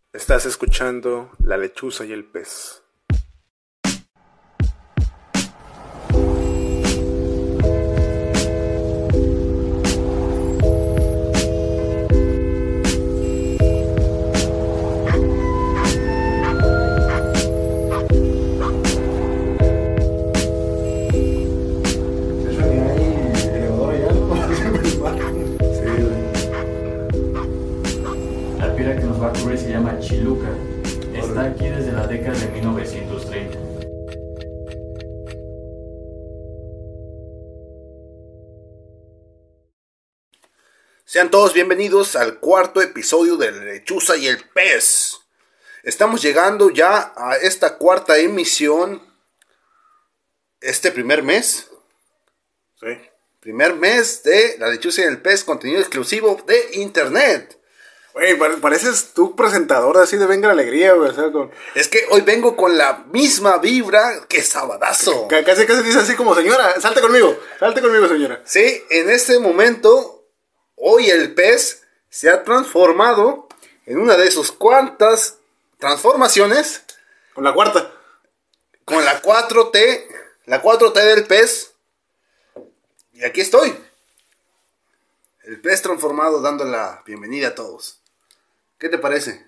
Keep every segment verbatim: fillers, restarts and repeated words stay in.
Estás escuchando La Lechuza y el Pez. La piedra que nos va a cubrir se llama Chiluca. Está aquí desde la década de mil novecientos treinta. Sean todos bienvenidos al cuarto episodio de La Lechuza y el Pez. Estamos llegando ya a esta cuarta emisión. Este primer mes. Sí. Primer mes de La Lechuza y el Pez, contenido exclusivo de internet. Güey, pare- pareces tú presentador así de Venga la Alegría, güey. O sea, con... Es que hoy vengo con la misma vibra que Sabadazo. ca- Casi, casi dice así como, señora, salte conmigo, salte conmigo, señora. Sí, en este momento, hoy el pez se ha transformado en una de sus cuantas transformaciones Con la cuarta. con la cuatro T, la cuatro T del pez. Y aquí estoy. El pez transformado dando la bienvenida a todos. ¿Qué te parece?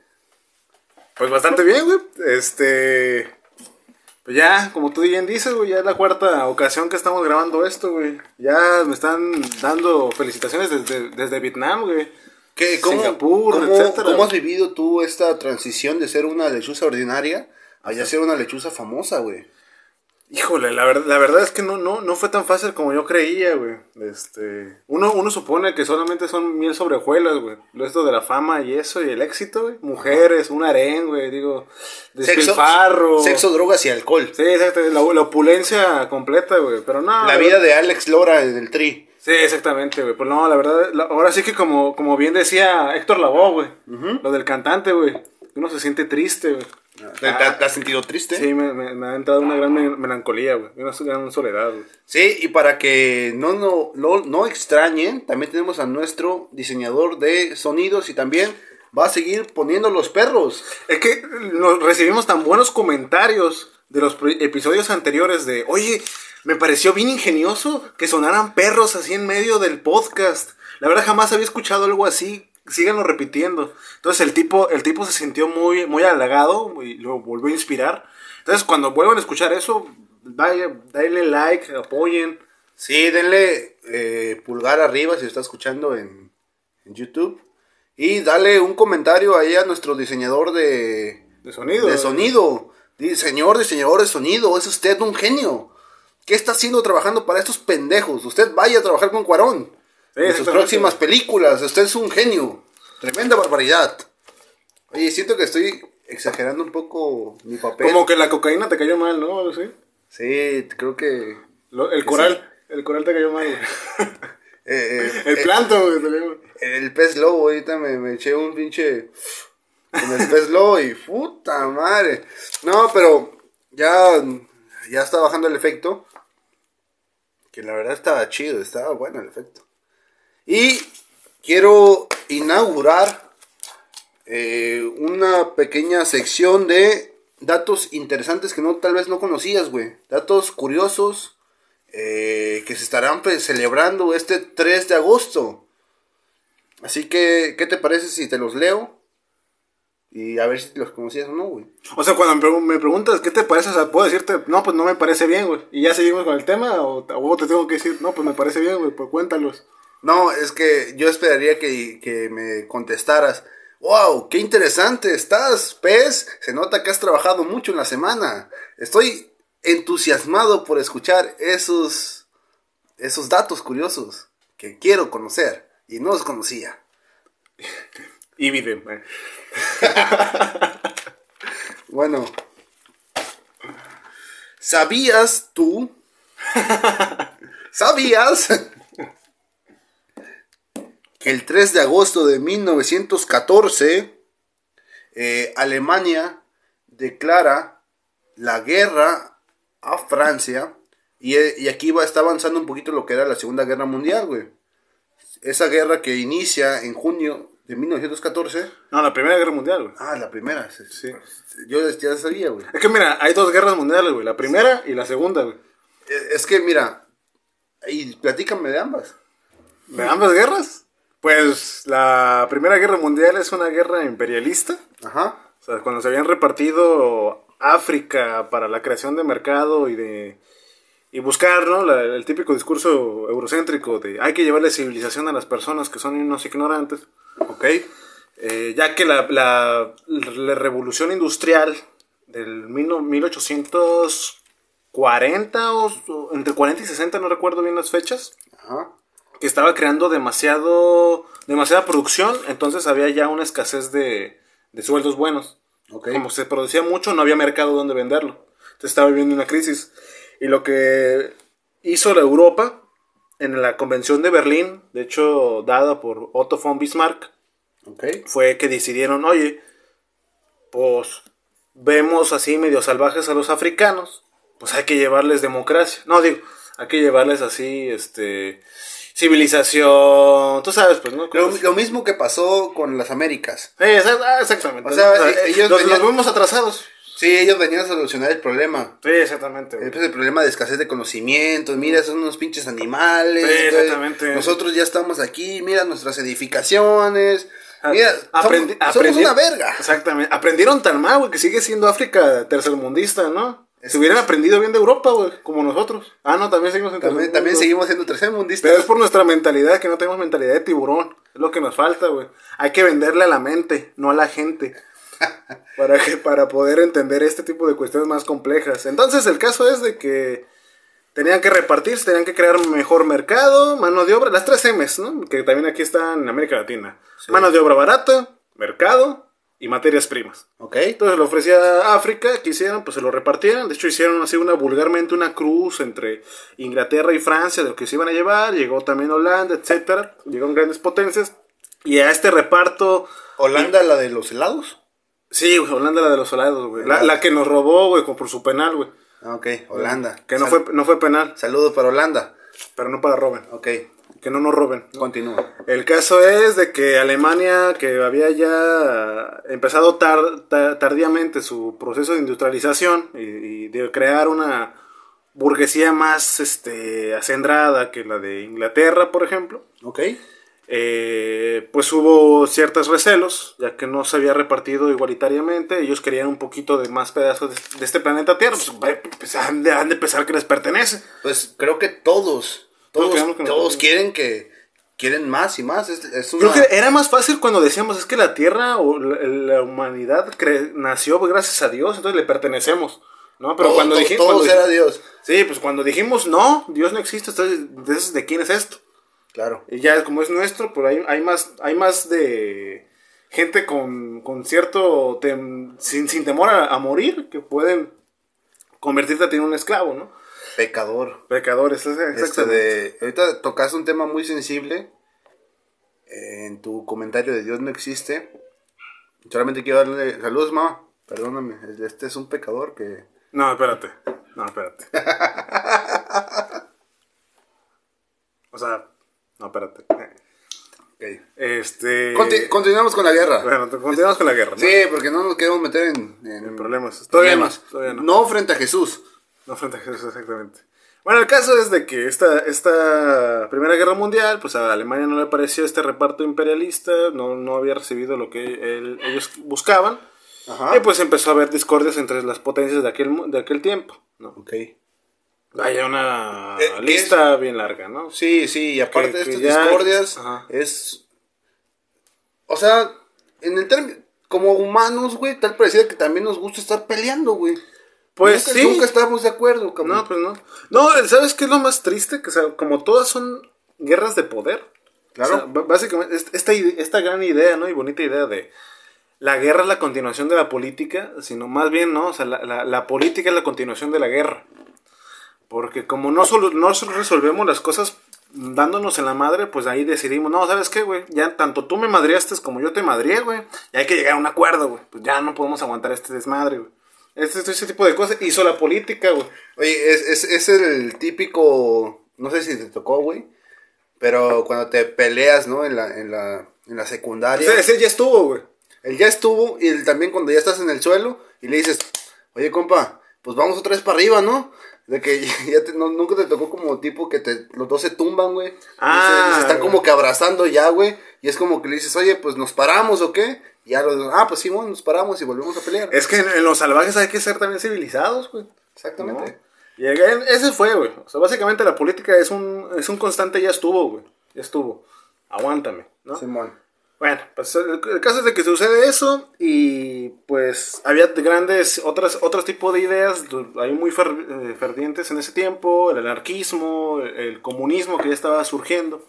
Pues bastante bien, güey. Este... Pues ya, como tú bien dices, güey, ya es la cuarta ocasión que estamos grabando esto, güey. Ya me están dando felicitaciones desde, desde Vietnam, güey. ¿Qué, cómo, Singapur, cómo- etcétera. ¿Cómo has vivido tú esta transición de ser una lechuza ordinaria a ya ser una lechuza famosa, güey? Híjole, la, ver- la verdad es que no, no, no fue tan fácil como yo creía, güey. Este, uno, uno supone que solamente son miel sobre hojuelas, güey. Lo esto de la fama y eso, y el éxito, güey. Mujeres, un harén, güey, digo, despilfarro. Sexo, drogas y alcohol. Sí, exacto, la, la opulencia completa, güey. Pero no. La vida de Alex Lora del Tri. Sí, exactamente, güey. Pues no, la verdad, la- ahora sí que como, como bien decía Héctor Lavoe, güey. Lo del cantante, güey. Uno se siente triste, güey. ¿Te, te- te has sentido triste? Sí, me, me- me ha entrado una gran me- melancolía, güey. Una gran soledad, güey. Sí, y para que no, no, no, no extrañen, también tenemos a nuestro diseñador de sonidos y también va a seguir poniendo los perros. Es que nos recibimos tan buenos comentarios de los pro- episodios anteriores de, oye, me pareció bien ingenioso que sonaran perros así en medio del podcast. La verdad jamás había escuchado algo así. Síganlo repitiendo. Entonces el tipo, el tipo se sintió muy, muy halagado y lo volvió a inspirar. Entonces cuando vuelvan a escuchar eso, vaya, dale like, apoyen. Sí, denle eh, pulgar arriba si está escuchando en, en YouTube. Y dale un comentario ahí a nuestro diseñador de, De sonido. de sonido. Di, señor diseñador de sonido, es usted un genio. ¿Qué está haciendo trabajando para estos pendejos? Usted vaya a trabajar con Cuarón. Sí, En sus exactamente. próximas películas. Usted es un genio. Tremenda barbaridad. Oye, siento que estoy exagerando un poco mi papel. Como que la cocaína te cayó mal, ¿no? ¿Sí? Sí, creo que... Lo- el coral. El coral te cayó mal, güey. eh, eh, El eh, planto, güey. te cayó mal. El pez lobo, ahorita me, me eché un pinche... Con el pez lobo y puta madre. No, pero ya, ya está bajando el efecto. Que la verdad estaba chido, estaba bueno el efecto. Y quiero inaugurar eh, una pequeña sección de datos interesantes que no tal vez no conocías, güey. Datos curiosos eh, que se estarán pues, celebrando este tres de agosto. Así que, ¿qué te parece si te los leo? Y a ver si los conocías o no, güey. O sea, cuando me, pregu- me preguntas qué te parece, o sea, puedo decirte, no, pues no me parece bien, güey. Y ya seguimos con el tema, o, o te tengo que decir, no, pues me parece bien, güey, pues cuéntalos. No, es que yo esperaría que, que me contestaras. ¡Wow! ¡Qué interesante estás, pez! Se nota que has trabajado mucho en la semana. Estoy entusiasmado por escuchar esos, esos datos curiosos que quiero conocer y no los conocía. Y viven, güey. Bueno, ¿sabías tú? ¿Sabías que el tres de agosto de mil novecientos catorce eh, Alemania declara la guerra a Francia? Y, y aquí va, está avanzando un poquito lo que era la Segunda Guerra Mundial, güey. Esa guerra que inicia en junio de mil novecientos catorce. No, la Primera Guerra Mundial, güey. Ah, la primera. Sí. Sí. Yo ya sabía, güey. Es que mira, hay dos guerras mundiales, güey. La primera y la segunda, güey. Es que, mira, y platícame de ambas. ¿De ambas guerras? Pues la Primera Guerra Mundial es una guerra imperialista. Ajá. O sea, cuando se habían repartido África para la creación de mercado y de y buscar, ¿no? La- el típico discurso eurocéntrico de hay que llevarle civilización a las personas que son unos ignorantes. Ok. Eh, ya que la, la, la revolución industrial del mil- 1840 o, o entre cuarenta y sesenta, no recuerdo bien las fechas, Ajá. que estaba creando demasiado demasiada producción, entonces había ya una escasez de, de sueldos buenos. Ok. Como se producía mucho, no había mercado donde venderlo. Entonces estaba viviendo una crisis. Y lo que hizo la Europa en la Convención de Berlín, de hecho dada por Otto von Bismarck, Ok. fue que decidieron, oye, pues vemos así medio salvajes a los africanos, pues hay que llevarles democracia. No, digo, hay que llevarles así, este, civilización, tú sabes, pues, ¿no? Lo, lo mismo que pasó con las Américas. Sí, exa- ah, exactamente. O sea, e- ellos los, venían- los vemos atrasados. Sí, ellos venían a solucionar el problema. Sí, exactamente. güey. Eh, pues, el problema de escassez de conocimientos. Mira, son unos pinches animales. Sí, entonces, exactamente. Nosotros ya estamos aquí. Mira nuestras edificaciones. Mira, Aprendi- somos, somos aprendi- una verga. Exactamente. Aprendieron tan mal, güey, que sigue siendo África tercermundista, ¿no? Es- Si hubieran aprendido bien de Europa, güey, como nosotros. Ah, no, también seguimos en También, tercer también mundo. seguimos siendo tercermundistas. Pero es por nuestra mentalidad, que no tenemos mentalidad de tiburón. Es lo que nos falta, güey. Hay que venderle a la mente, no a la gente. para, que, para poder entender este tipo de cuestiones más complejas. Entonces, el caso es de que tenían que repartirse, tenían que crear mejor mercado, mano de obra, las tres M's, ¿no? Que también aquí están en América Latina. Sí. Mano de obra barata, mercado y materias primas. Ok. Entonces le ofrecía a África que hicieran, pues se lo repartieran. De hecho hicieron así una vulgarmente una cruz entre Inglaterra y Francia de lo que se iban a llevar. Llegó también Holanda, etcétera. Llegaron grandes potencias. Y a este reparto... Holanda, la de los helados. Sí, güey, Holanda la de los helados, güey. La, Helado. la que nos robó, güey, por su penal, güey. Ah, ok, Holanda. Que no Sal- fue, no fue penal, Saludos para Holanda. pero no para roben. Ok, Que no nos roben. ¿no? continúa. El caso es de que Alemania, que había ya empezado tar- ta- tardíamente su proceso de industrialización y, y de crear una burguesía más este, acendrada que la de Inglaterra, por ejemplo, Ok. eh, pues hubo ciertos recelos, ya que no se había repartido igualitariamente. Ellos querían un poquito de más pedazos de, de este planeta Tierra. Pues, güey, pues, han, de, han de pensar que les pertenece. Pues creo que todos, Todos todos, queremos que nos todos den. quieren que, quieren más y más. Es, es una... Creo que era más fácil cuando decíamos, es que la Tierra o la, la humanidad cre- nació gracias a Dios, entonces le pertenecemos, ¿no? Pero Todo- cuando to- dijimos... Todos era Dios. Sí, pues cuando dijimos, no, Dios no existe, entonces, entonces, ¿de quién es esto? Claro. Y ya como es nuestro, pues hay, hay más hay más de gente con, con cierto... tem- sin, sin temor a, a morir, que pueden convertirte a ti en un esclavo, ¿no? Pecador. Pecadores, es- Este exactamente. de, ahorita tocaste un tema muy sensible. eh, En tu comentario de Dios no existe. Solamente quiero darle saludos, mamá. Perdóname. Este es un pecador que. No, espérate. No, espérate. O sea, no, espérate. Ok. Este. Conti- continuamos con la guerra. Bueno, te- continuamos con la guerra, ¿no? Sí, porque no nos queremos meter en, en En problemas. Todavía no, todavía no. No frente a Jesús. No frente a Jesús, exactamente. Bueno, el caso es de que esta, esta Primera Guerra Mundial, pues a Alemania no le pareció este reparto imperialista, no, no había recibido lo que él- ellos buscaban, Ajá. y pues empezó a haber discordias entre las potencias de aquel, mu- de aquel tiempo, ¿no? Ok. Hay una Eh, ¿qué lista bien larga, ¿no? Sí, sí, y aparte Que- de que estas ya- discordias, Ajá. es. O sea, en el término. Como humanos, güey, tal parecía que también nos gusta estar peleando, güey. Pues nunca, sí. Nunca estamos de acuerdo, cabrón. No, pues no. No, ¿sabes qué es lo más triste? Que o sea, como todas son guerras de poder. Claro. O sea, b- básicamente, est- esta, ide- esta gran idea, ¿no? Y bonita idea de la guerra es la continuación de la política, sino más bien, ¿no? O sea, la, la, la política es la continuación de la guerra. Porque como no, solo, no resolvemos las cosas dándonos en la madre, pues ahí decidimos, no, ¿sabes qué, güey? Ya tanto tú me madreaste como yo te madreé, güey. Y hay que llegar a un acuerdo, güey. Pues ya no podemos aguantar este desmadre, güey. Este, ese tipo de cosas hizo la política, güey. Oye, es, es, es el típico. No sé si te tocó, güey. Pero cuando te peleas, ¿no? En la, en la, en la secundaria. Ese, ese ya estuvo, güey. Él ya estuvo, y él también cuando ya estás en el suelo y le dices, oye, compa, pues vamos otra vez para arriba, ¿no? De que ya te, no, nunca te tocó como tipo que te, los dos se tumban, güey. Ah. Y se, se están como que abrazando ya, güey. Y es como que le dices, oye, pues nos paramos o qué. Y ya los, ah, pues sí, bueno, nos paramos y volvemos a pelear. Es que en, en los salvajes hay que ser también civilizados, güey. Exactamente. ¿No? Y again, ese fue, güey. O sea, básicamente la política es un, es un constante, ya estuvo, güey. Ya estuvo. Aguántame, ¿no? Simón. Bueno, pues el, el caso es de que sucede eso y pues había grandes, otras, otros tipos de ideas, hay muy fer, eh, fervientes en ese tiempo, el anarquismo, el, el comunismo que ya estaba surgiendo,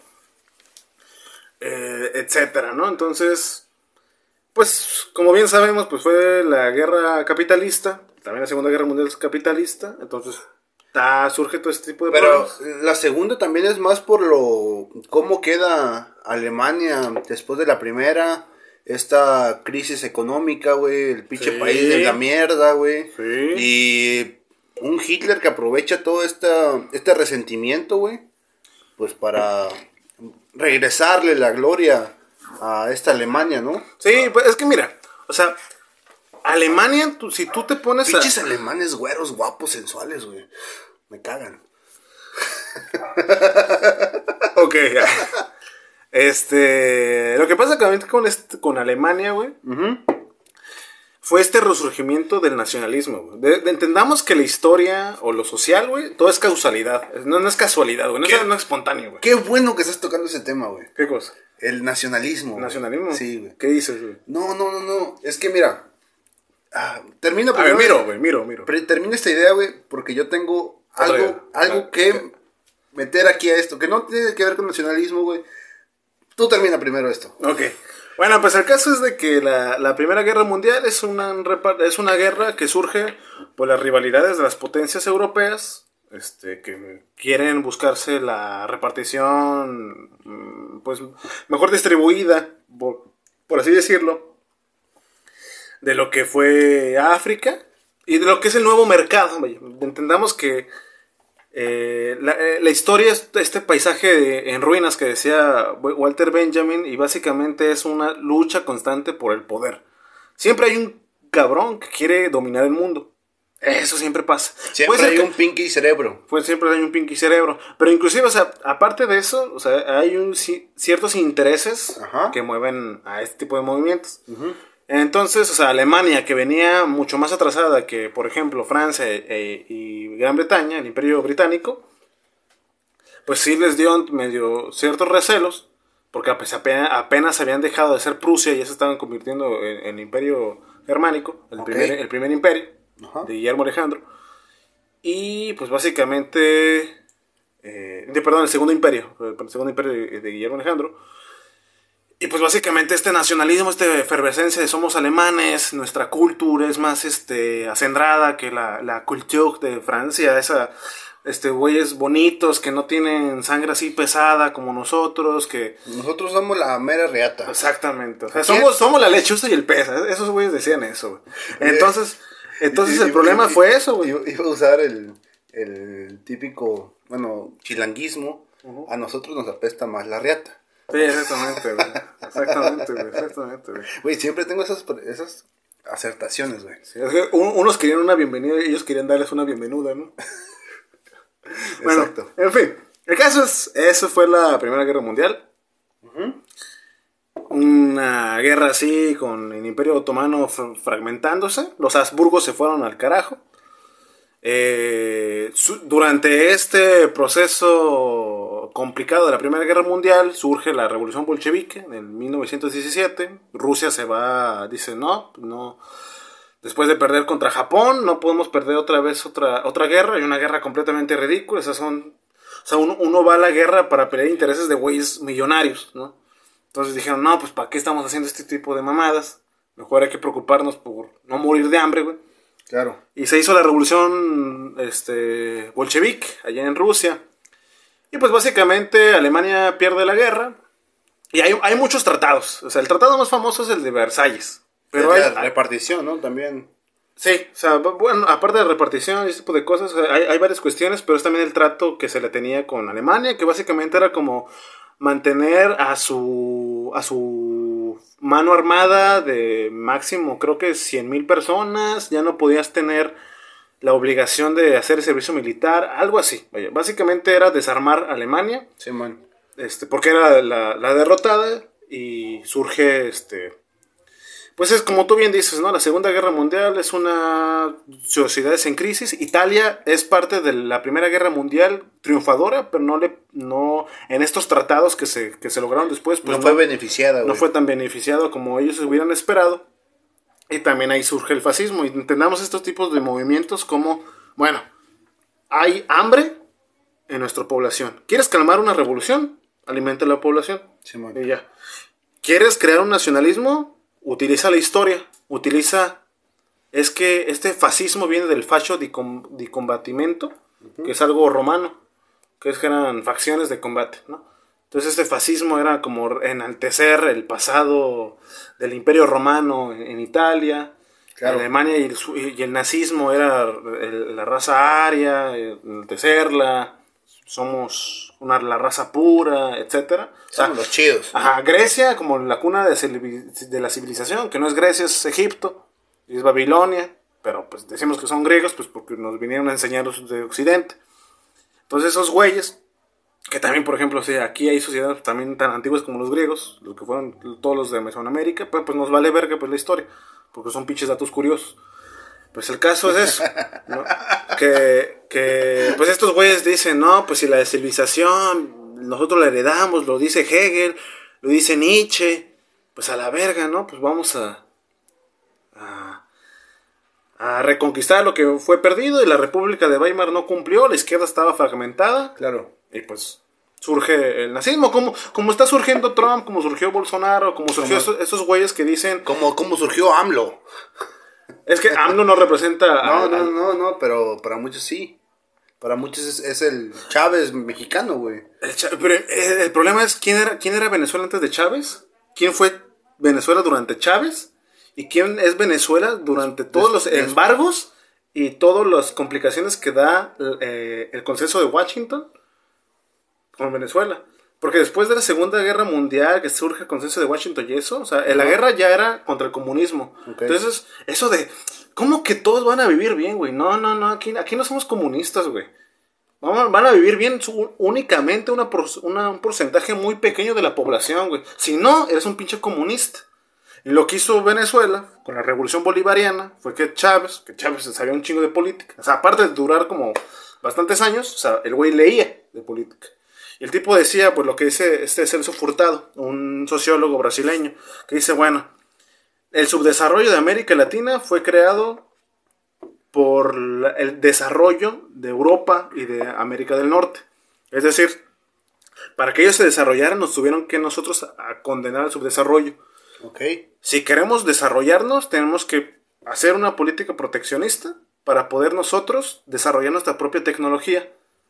eh, etcétera, ¿no? Entonces, pues como bien sabemos, pues fue la guerra capitalista, también la Segunda Guerra Mundial es capitalista, entonces ta, surge todo este tipo de Pero problemas. la segunda también es más por lo cómo queda Alemania después de la primera, esta crisis económica, güey, el pinche Sí. país de la mierda, güey. Sí. Y un Hitler que aprovecha todo esta, este resentimiento, güey, pues para regresarle la gloria a esta Alemania, ¿no? Sí, pues es que mira, o sea, Alemania, tú, si tú te pones a... Pinches alemanes güeros, guapos, sensuales, güey. Me cagan. Ok, ya. Este, lo que pasa con, con, este, con Alemania, güey, Uh-huh. fue este resurgimiento del nacionalismo, güey. De, de, entendamos que la historia o lo social, güey, todo es causalidad. No, no es casualidad, güey. No, es, no es espontáneo, güey. Qué bueno que estás tocando ese tema, güey. ¿Qué cosa? El nacionalismo. ¿Nacionalismo? Güey. Sí, güey. ¿Qué dices, güey? No, no, no, no. Es que mira. Ah, termina A ver, miro, güey, miro, miro. Pre- termina esta idea, güey, porque yo tengo Otra algo, idea. algo Ah, que ok. meter aquí a esto, que no tiene que ver con nacionalismo, güey. Tú termina primero esto. Ok. Bueno, pues el caso es de que la, la Primera Guerra Mundial es una, es una guerra que surge por las rivalidades de las potencias europeas, este, que quieren buscarse la repartición, mm, pues, mejor distribuida, por, por así decirlo, de lo que fue África y de lo que es el nuevo mercado. Vaya. Entendamos que eh, la, eh, la historia es este paisaje de, en ruinas que decía Walter Benjamin, y básicamente es una lucha constante por el poder. Siempre hay un cabrón que quiere dominar el mundo. Eso siempre pasa. Siempre Puede ser hay que- un pinky cerebro. Pues siempre hay un pinky cerebro. Pero inclusive, o sea, aparte de eso, o sea, hay un, ci- ciertos intereses Ajá. que mueven a este tipo de movimientos. Uh-huh. Entonces, o sea, Alemania, que venía mucho más atrasada que, por ejemplo, Francia e- y Gran Bretaña, el Imperio Británico, pues sí les dio medio ciertos recelos, porque pues apenas, apenas habían dejado de ser Prusia y ya se estaban convirtiendo en, en Imperio Germánico, el, Ok. primer, el primer imperio Ajá. de Guillermo Alejandro. Y pues básicamente, eh, de, perdón, el segundo imperio, el segundo imperio de, de Guillermo Alejandro. Y pues básicamente este nacionalismo, esta efervescencia de somos alemanes, nuestra cultura es más este, acendrada que la, la culture de Francia, esa, este, güeyes bonitos que no tienen sangre así pesada como nosotros, que... Nosotros somos la mera reata. Exactamente, o sea, ¿Quién? somos, somos la lechuza y el pez, esos güeyes decían eso, güey. Entonces, entonces Y- y- el problema y- fue eso, güey. Iba iba a usar el, el típico, bueno, chilanguismo. Ujú. A nosotros nos apesta más la reata. Sí, exactamente, güey. Exactamente, güey. Exactamente, güey. Güey, siempre tengo esas, esas acertaciones, güey. Sí, es que un- unos querían una bienvenida y ellos querían darles una bienvenida, ¿no? Bueno, Exacto. en fin. El caso es, eso fue la Primera Guerra Mundial. Ujú. Una guerra así con el Imperio Otomano fra- fragmentándose. Los Habsburgos se fueron al carajo. Eh, su- durante este proceso complicado de la Primera Guerra Mundial surge la Revolución Bolchevique en el mil novecientos diecisiete. Rusia se va, dice no, no. Después de perder contra Japón, no podemos perder otra vez otra, otra guerra. Y una guerra completamente ridícula. Esas son, o sea, uno, uno va a la guerra para pelear intereses de güeyes millonarios, ¿no? Entonces dijeron, no, pues ¿para qué estamos haciendo este tipo de mamadas? Mejor hay que preocuparnos por no morir de hambre, güey. Claro. Y se hizo la revolución este, bolchevique allá en Rusia. Y pues básicamente Alemania pierde la guerra. Y hay, hay muchos tratados. O sea, el tratado más famoso es el de Versalles. Pero hay, la repartición, ¿no? También. sí, o sea, bueno, aparte de repartición y ese tipo de cosas, hay, hay varias cuestiones, pero es también el trato que se le tenía con Alemania, que básicamente era como mantener a su a su mano armada de máximo, creo que cien mil personas, ya no podías tener la obligación de hacer servicio militar, algo así. Vaya, básicamente era desarmar Alemania, Sí, man. este, porque era la, la derrotada y surge, este, pues es como tú bien dices, ¿no? La Segunda Guerra Mundial es una sociedades en crisis. Italia es parte de la Primera Guerra Mundial triunfadora, pero no le, no, en estos tratados que se, que se lograron después, pues no fue beneficiada, güey. no fue tan beneficiado como ellos hubieran esperado. Y también ahí surge el fascismo. Y entendamos estos tipos de movimientos como, bueno, hay hambre en nuestra población. ¿Quieres calmar una revolución? Alimenta a la población. Sí, man. Y ya. ¿Quieres crear un nacionalismo? Utiliza la historia. Utiliza... Es que este fascismo viene del fascio di, com, di combattimento, uh-huh. que es algo romano, que, es que eran facciones de combate, ¿no? Entonces este fascismo era como enaltecer el pasado del Imperio Romano en, en Italia, claro. En Alemania, y el, y el nazismo era el, la raza aria, enaltecerla, somos una, la raza pura, etcétera. Somos o sea, los chidos. Ajá, Grecia como la cuna de, de la civilización, que no es Grecia, es Egipto, y es Babilonia, pero pues decimos que son griegos pues porque nos vinieron a enseñar los de Occidente. Entonces esos güeyes, que también, por ejemplo, sí, aquí hay sociedades también tan antiguas como los griegos, los que fueron todos los de Mesoamérica, pues, pues nos vale verga pues la historia, porque son pinches datos curiosos. Pues el caso es eso, ¿no? que, que pues estos güeyes dicen, no, pues si la civilización nosotros la heredamos, lo dice Hegel, lo dice Nietzsche, pues a la verga, ¿no? Pues vamos a, a, a reconquistar lo que fue perdido, y la República de Weimar no cumplió, la izquierda estaba fragmentada. Claro. Y pues surge el nazismo, como, como está surgiendo Trump, como surgió Bolsonaro, como surgió esos, esos güeyes que dicen... Como, como surgió AMLO. Es que AMLO no representa... No, a, no, a, no, no, pero para muchos sí. Para muchos es, es el Chávez mexicano, güey. El Chá- pero el, el problema es, ¿quién era, ¿quién era Venezuela antes de Chávez? ¿Quién fue Venezuela durante Chávez? ¿Y quién es Venezuela durante todos los embargos y todas las complicaciones que da eh, el consenso de Washington con Venezuela? Porque después de la Segunda Guerra Mundial, que surge el consenso de Washington y eso, o sea, uh-huh. la guerra ya era contra el comunismo. Okay. Entonces, eso de, ¿cómo que todos van a vivir bien, güey? No, no, no, aquí, aquí no somos comunistas, güey. Van a vivir bien su, únicamente una, una, un porcentaje muy pequeño de la población, güey. Si no, eres un pinche comunista. Y lo que hizo Venezuela con la revolución bolivariana fue que Chávez, que Chávez sabía un chingo de política. O sea, aparte de durar como bastantes años, o sea, el güey leía de política. Y el tipo decía, pues lo que dice este Celso Furtado, un sociólogo brasileño, que dice, bueno, el subdesarrollo de América Latina fue creado por la, el desarrollo de Europa y de América del Norte. Es decir, para que ellos se desarrollaran, nos tuvieron que nosotros a condenar al subdesarrollo. Okay. Si queremos desarrollarnos, tenemos que hacer una política proteccionista para poder nosotros desarrollar nuestra propia tecnología.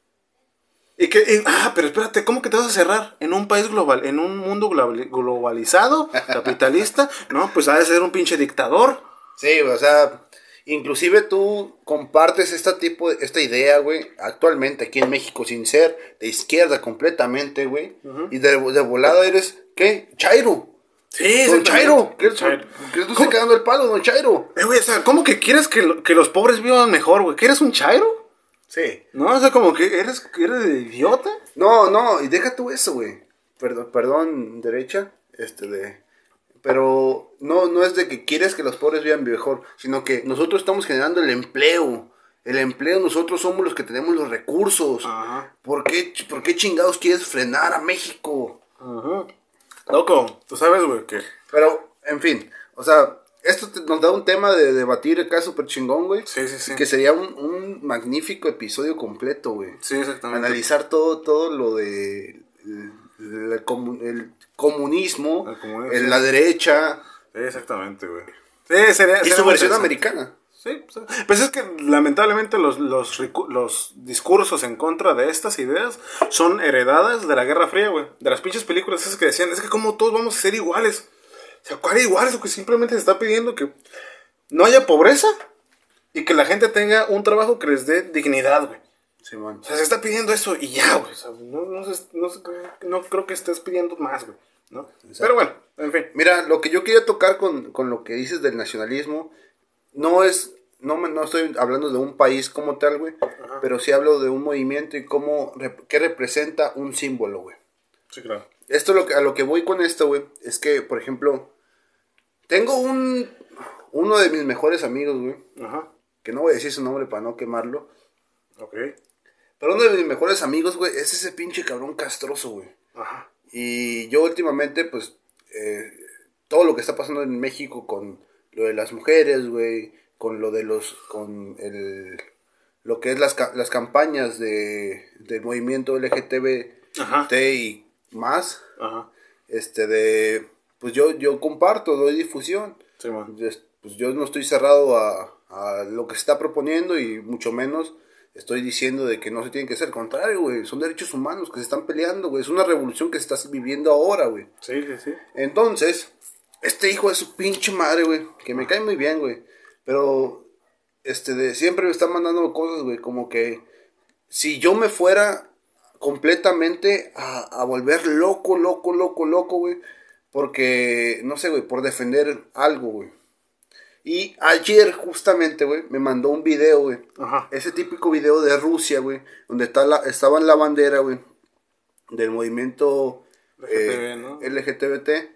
Y que, y, ah, pero espérate, ¿cómo que te vas a cerrar? En un país global, en un mundo global, globalizado, capitalista, no, pues ha de ser un pinche dictador. Sí, o sea, inclusive tú compartes esta tipo, de, esta idea, güey, actualmente aquí en México, sin ser de izquierda completamente, güey, uh-huh. y de, de volada eres, ¿qué? Chairo. Sí, don Chairo. ¿Qué tú estás cagando el palo, don Chairo? Eh, güey, o sea, ¿cómo que quieres que, lo, que los pobres vivan mejor, güey? ¿Que eres un Chairo? Sí. No, o sea, como que eres, eres idiota. No, no, y deja tú eso, güey. Perdón, perdón, derecha, este de... Pero no, no es de que quieres que los pobres vivan mejor, sino que nosotros estamos generando el empleo. El empleo, nosotros somos los que tenemos los recursos. Ajá. ¿Por qué, por qué chingados quieres frenar a México? Ajá. Loco, tú sabes, güey, que... Pero, en fin, o sea, esto te, nos da un tema de debatir acá súper chingón, güey. Sí, sí, sí. Que sería un, un magnífico episodio completo, güey. Sí, exactamente. Analizar todo, todo lo de... El, el, el, comun, el comunismo, el comunismo el, sí. la derecha. Sí, exactamente, güey. Sí, sería... Y su versión americana. Sí, pues es que lamentablemente los, los, los discursos en contra de estas ideas son heredadas de la Guerra Fría, güey. De las pinches películas esas que decían, es que como todos vamos a ser iguales. O sea, ¿cuál es igual? Eso que simplemente se está pidiendo que no haya pobreza y que la gente tenga un trabajo que les dé dignidad, güey. Sí, man. O sea, se está pidiendo eso y ya, güey. O sea, no, no, no, no, no creo que estés pidiendo más, güey. ¿no? Pero bueno, en fin. Mira, lo que yo quería tocar con, con lo que dices del nacionalismo, no es, no, me, no estoy hablando de un país como tal, güey, pero sí hablo de un movimiento y cómo, qué representa un símbolo, güey. Sí, claro. Esto lo que, a lo que voy con esto, güey, es que, por ejemplo, tengo un, uno de mis mejores amigos, güey, Ajá. que no voy a decir su nombre para no quemarlo, Ok. pero uno de mis mejores amigos, güey, es ese pinche cabrón castroso, güey. Ajá. Y yo últimamente, pues, eh, todo lo que está pasando en México con lo de las mujeres, güey, con lo de los, con el, lo que es las, las campañas de, del movimiento L G B T y más, Ajá. este, de, pues yo, yo comparto, doy difusión. Sí, man. Pues yo no estoy cerrado a, a lo que se está proponiendo y mucho menos estoy diciendo de que no se tiene que hacer. Al contrario, güey, son derechos humanos que se están peleando, güey. Es una revolución que se está viviendo ahora, güey. Sí, sí, sí. Entonces, este hijo de su pinche madre, güey, que me cae muy bien, güey. Pero, este, de, siempre me está mandando cosas, güey, como que si yo me fuera completamente a, a volver loco, loco, loco, loco, güey. Porque, no sé, güey, por defender algo, güey. Y ayer, justamente, güey, me mandó un video, güey. Ajá. Ese típico video de Rusia, güey. Donde está la, estaba en la bandera, güey. Del movimiento L G T B, eh, ¿no? L G T B.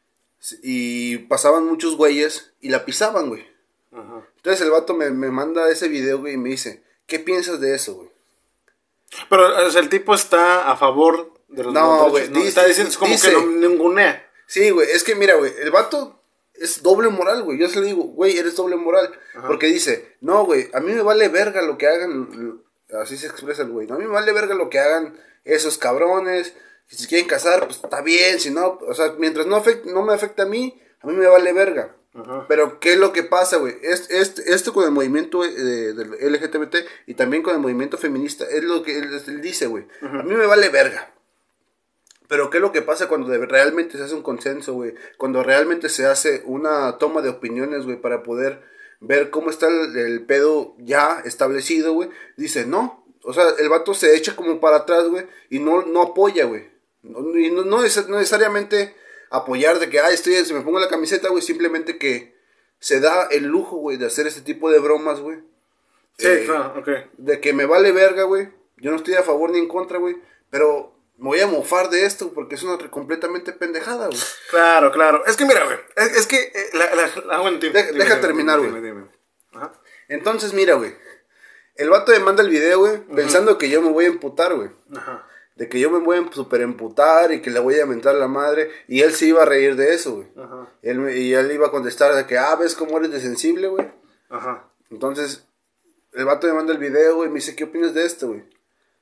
Y pasaban muchos güeyes y la pisaban, güey. Ajá. Entonces el vato me, me manda ese video, güey, y me dice, ¿qué piensas de eso, güey? Pero, o sea, el tipo está a favor de los No, derechos, güey, ¿no? dice- Está diciendo, es como dice- que lo ningunea. Sí, güey, es que mira, güey, el vato es doble moral, güey. Yo se le digo, güey, eres doble moral. Ajá. Porque dice, no, güey, a mí me vale verga lo que hagan. Así se expresa el güey. No, a mí me vale verga lo que hagan esos cabrones. Si se quieren casar, pues está bien. Si no, o sea, mientras no, afecte, no me afecte a mí, a mí me vale verga. Ajá. Pero, ¿qué es lo que pasa, güey? Este, este, esto con el movimiento eh, del L G T B T y también con el movimiento feminista, es lo que él, él dice, güey. A mí me vale verga. Pero, ¿qué es lo que pasa cuando de- realmente se hace un consenso, güey? Cuando realmente se hace una toma de opiniones, güey, para poder ver cómo está el, el pedo ya establecido, güey. Dice, no. O sea, el vato se echa como para atrás, güey, y no, no apoya, güey. No, y no, no, es, no necesariamente apoyar de que, ah, estoy, se me pongo la camiseta, güey, simplemente que se da el lujo, güey, de hacer este tipo de bromas, güey. Sí, Eh, claro, ok. De que me vale verga, güey. Yo no estoy a favor ni en contra, güey. Pero me voy a mofar de esto porque es una re- completamente pendejada, güey. Claro, claro. Es que mira, güey. Es, es que eh, la, la, la- bueno, dime, Deja- dime, deja dime, terminar, dime, güey. dime, dime. Ajá. Entonces, mira, güey. El vato me manda el video, güey, pensando que yo me voy a emputar, güey. Ajá. De que yo me voy a super emputar y que le voy a mentar a la madre. Y él se iba a reír de eso, güey. Ajá. Él me- Y él iba a contestar de que, ah, ¿ves cómo eres de sensible, güey? Ajá. Entonces, el vato me manda el video, güey, y me dice, ¿qué opinas de esto, güey?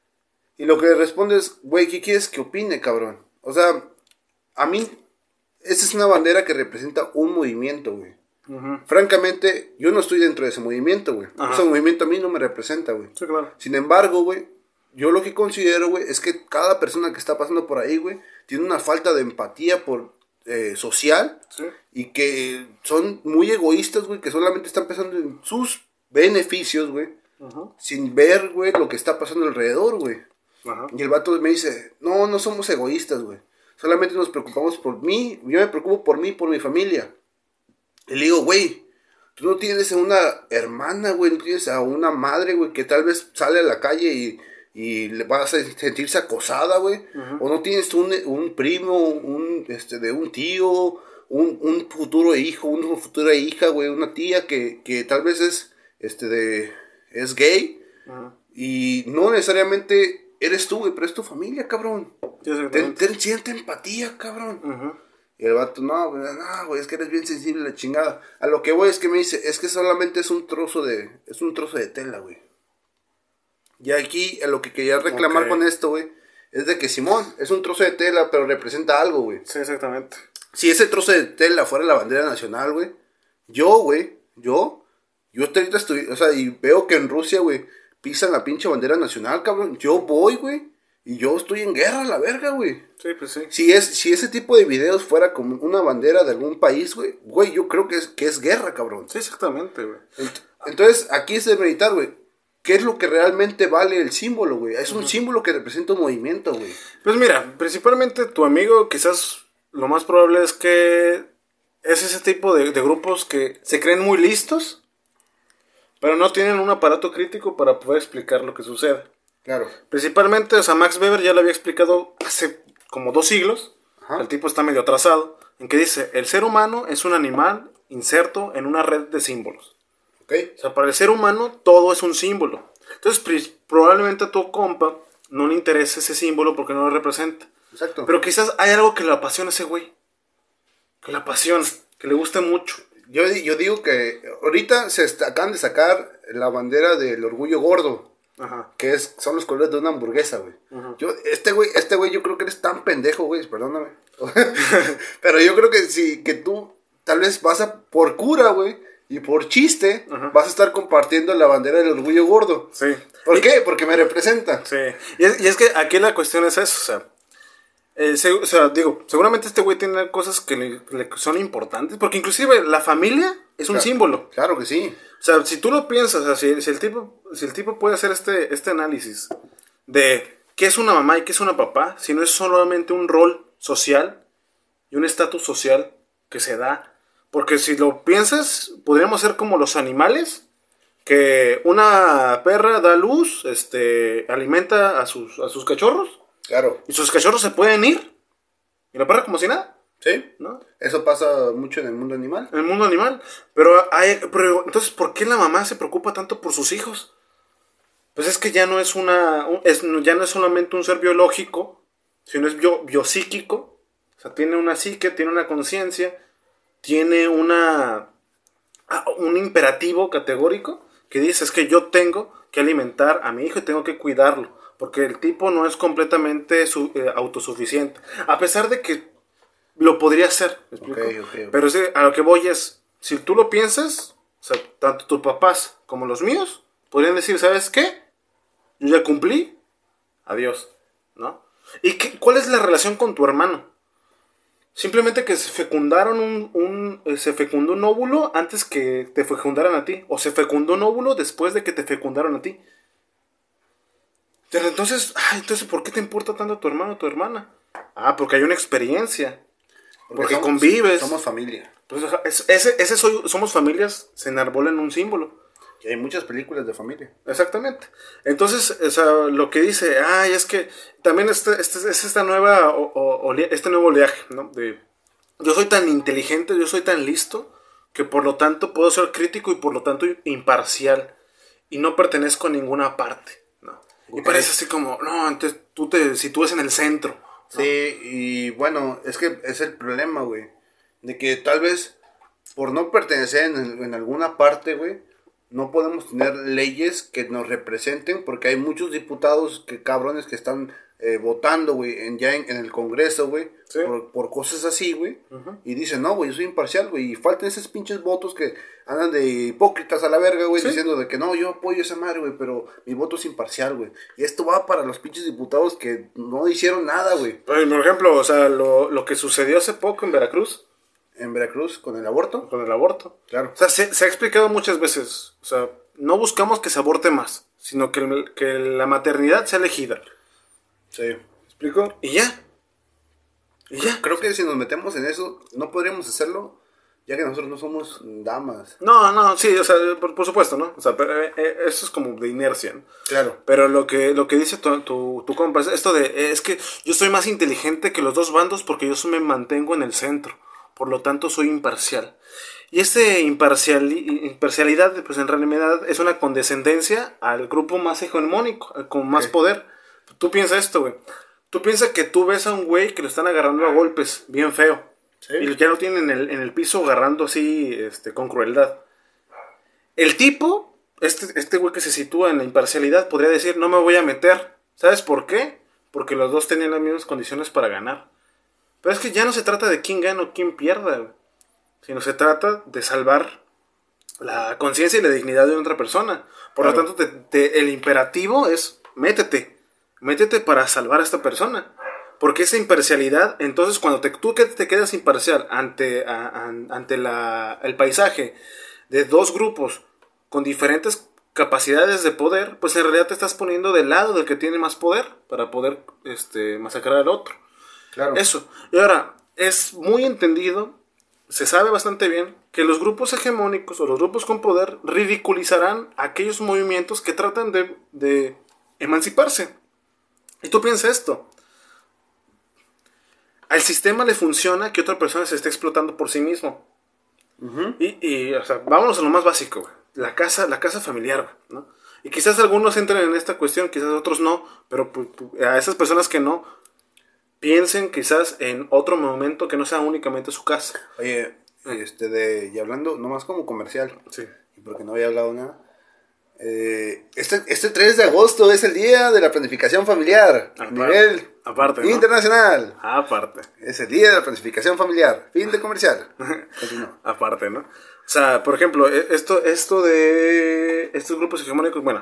Y lo que le responde es, güey, ¿qué quieres que opine, cabrón? O sea, a mí, esta es una bandera que representa un movimiento, güey. Ujú. Francamente, yo no estoy dentro de ese movimiento, güey. Ajá. Ese movimiento a mí no me representa, güey. Sí, claro. Sin embargo, güey, yo lo que considero, güey, es que cada persona que está pasando por ahí, güey, tiene una falta de empatía por eh, social Sí. y que son muy egoístas, güey, que solamente están pensando en sus beneficios, güey, Ajá. sin ver, güey, lo que está pasando alrededor, güey. Ajá. Y el vato me dice, no, no somos egoístas, güey. Solamente nos preocupamos por mí, yo me preocupo por mí, por mi familia. Y le digo, güey, tú no tienes a una hermana, güey, no tienes a una madre, güey, que tal vez sale a la calle y, y le vas a sentirse acosada, güey. Ujú. O no tienes un, un primo, un, este, de un tío, un, un futuro hijo, una futura hija, güey, una tía que, que tal vez es, este, de, es gay. Ajá. Y no necesariamente eres tú, güey, pero es tu familia, cabrón. Sí, Ten, exactamente. ten cierta empatía, cabrón. Ajá. Y el vato, no, güey, no, güey, es que eres bien sensible, la chingada. A lo que voy es que me dice, es que solamente es un trozo de, es un trozo de tela, güey. Y aquí, a lo que quería reclamar Ok. con esto, güey, es de que Simón, es un trozo de tela, pero representa algo, güey. Sí, exactamente. Si ese trozo de tela fuera la bandera nacional, güey, yo, güey, yo, yo hasta ahorita estoy, o sea, y veo que en Rusia, güey, pisan la pinche bandera nacional, cabrón. Yo voy, güey, y yo estoy en guerra, la verga, güey. Sí, pues sí. Si, es, si ese tipo de videos fuera como una bandera de algún país, güey, güey, yo creo que es, que es guerra, cabrón. Sí, exactamente, güey. Ent- Entonces, aquí es de meditar, güey. ¿Qué es lo que realmente vale el símbolo, güey? Es un símbolo que representa un movimiento, güey. Pues mira, principalmente tu amigo quizás lo más probable es que es ese tipo de, de grupos que se creen muy listos, pero no tienen un aparato crítico para poder explicar lo que sucede. Claro. Principalmente, o sea, Max Weber ya lo había explicado hace como dos siglos. Ajá. El tipo está medio atrasado, en que dice, el ser humano es un animal inserto en una red de símbolos. Ok. O sea, para el ser humano todo es un símbolo. Entonces, pri- probablemente a tu compa no le interese ese símbolo porque no lo representa. Exacto. Pero quizás hay algo que le apasiona a ese güey. Que le apasiona, que le guste mucho. Yo, di- yo digo que ahorita se está- acaban de sacar la bandera del orgullo gordo. Ajá. Que es, son los colores de una hamburguesa, güey. Ujú. Yo, este güey, este güey, yo creo que eres tan pendejo, güey, perdóname. Pero yo creo que si, que tú, tal vez vas a, por cura, güey, y por chiste, Ajá. vas a estar compartiendo la bandera del orgullo gordo. Sí. ¿Por Y- qué? Porque me representa. Sí. Y es, y es que aquí la cuestión es eso, o sea. eh, se- o sea, digo, seguramente este güey tiene cosas que le, le son importantes. Porque inclusive la familia es un Claro. símbolo. Claro que sí. O sea, si tú lo piensas, o sea, si, si el tipo, si el tipo puede hacer este, este análisis de qué es una mamá y qué es una papá, si no es solamente un rol social y un estatus social que se da. Porque si lo piensas, podríamos ser como los animales, que una perra da luz, este, alimenta a sus, a sus cachorros, Claro. y sus cachorros se pueden ir, y la perra como si nada, Sí. ¿no? Eso pasa mucho en el mundo animal. En el mundo animal. Pero, hay, pero entonces, ¿por qué la mamá se preocupa tanto por sus hijos? Pues es que ya no es una, un- es, ya no es solamente un ser biológico, sino es bio, biopsíquico. O sea, tiene una psique, tiene una conciencia, tiene una, ah, un imperativo categórico que dice, es que yo tengo que alimentar a mi hijo y tengo que cuidarlo, porque el tipo no es completamente su- eh, autosuficiente. A pesar de que lo podría hacer, ¿me explico? Ok, ok, ok. Pero sí, a lo que voy es, si tú lo piensas, o sea, tanto tus papás como los míos, podrían decir, ¿sabes qué? Yo ya cumplí, adiós, ¿no? ¿Y qué, cuál es la relación con tu hermano? Simplemente que se fecundaron un, un eh, se fecundó un óvulo antes que te fecundaran a ti, o se fecundó un óvulo después de que te fecundaron a ti. Pero entonces, ay, entonces, ¿por qué te importa tanto tu hermano o tu hermana? Ah, porque hay una experiencia. Porque, somos- convives. Somos familia. Pues, ajá, es- ese, ese soy- somos familias, se enarbola en un símbolo. Y hay muchas películas de familia. Exactamente. Entonces, o sea, lo que dice, ay, es que también este, este, es esta nueva, o- o- olea- este nuevo oleaje, ¿no? De, yo soy tan inteligente, yo soy tan listo, que por lo tanto puedo ser crítico y por lo tanto imparcial. Y no pertenezco a ninguna parte, ¿no? Y Ok. parece así como, no, entonces tú te sitúas en el centro. ¿no? Sí, y bueno, es que es el problema, güey. De que tal vez por no pertenecer en, en alguna parte, güey, no podemos tener leyes que nos representen porque hay muchos diputados que cabrones que están eh, votando, güey, en, ya en, en el Congreso, güey, Sí. por, por cosas así, güey. Ujú. Y dicen, no, güey, yo soy imparcial, güey, y faltan esos pinches votos que andan de hipócritas a la verga, güey, Sí. diciendo de que no, yo apoyo esa madre, güey, pero mi voto es imparcial, güey. Y esto va para los pinches diputados que no hicieron nada, güey. Por ejemplo, o sea, lo, lo que sucedió hace poco en Veracruz En Veracruz, con el aborto. con el aborto. Claro. O sea, se, se ha explicado muchas veces. O sea, no buscamos que se aborte más, sino que, el- que la maternidad sea elegida. Sí. ¿Me explico? Y ya. Y ya. Creo que si nos metemos en eso, no podríamos hacerlo, ya que nosotros no somos damas. No, no, sí, o sea, por, por supuesto, ¿no? O sea, pero, eh, eh, eso es como de inercia, ¿no? Claro. Pero lo que, lo que dice tu, tu, tu compa es esto de, eh, es que yo soy más inteligente que los dos bandos porque yo so- me mantengo en el centro. Por lo tanto, soy imparcial. Y esta imparcialidad, pues en realidad es una condescendencia al grupo más hegemónico, al con más Ok. poder. Tú piensas esto, güey. Tú piensas que tú ves a un güey que lo están agarrando a golpes, bien feo. Sí. Y ya lo tienen en el, en el piso agarrando así, este, con crueldad. El tipo, este, este güey que se sitúa en la imparcialidad, podría decir, no me voy a meter. ¿Sabes por qué? Porque los dos tenían las mismas condiciones para ganar. Pero es que ya no se trata de quién gana o quién pierda, güey, sino se trata de salvar la conciencia y la dignidad de otra persona. Por Claro. lo tanto, te- te- el imperativo es, métete. Métete para salvar a esta persona. Porque esa imparcialidad, entonces cuando te, tú que te quedas imparcial ante, a- an- ante la, el paisaje de dos grupos con diferentes capacidades de poder, pues en realidad te estás poniendo del lado del que tiene más poder para poder este, masacrar al otro. Claro. Eso. Y ahora, es muy entendido, se sabe bastante bien, que los grupos hegemónicos o los grupos con poder ridiculizarán aquellos movimientos que tratan de, de emanciparse. Y tú piensas esto. Al sistema le funciona que otra persona se esté explotando por sí mismo. Uh-huh. Y, y, o sea, vámonos a lo más básico, güey. La casa, la casa familiar, güey, ¿no? Y quizás algunos entren en esta cuestión, quizás otros no, pero pues, a esas personas que no, piensen quizás en otro momento que no sea únicamente su casa. Oye, este de, y hablando nomás como comercial, sí, y porque no había hablado nada, eh, este, este tres de agosto es el día de la planificación familiar, a nivel aparte, ¿no? internacional. Aparte. Es el día de la planificación familiar, fin de comercial. Aparte, ¿no? O sea, por ejemplo, esto, esto de estos grupos hegemónicos, bueno,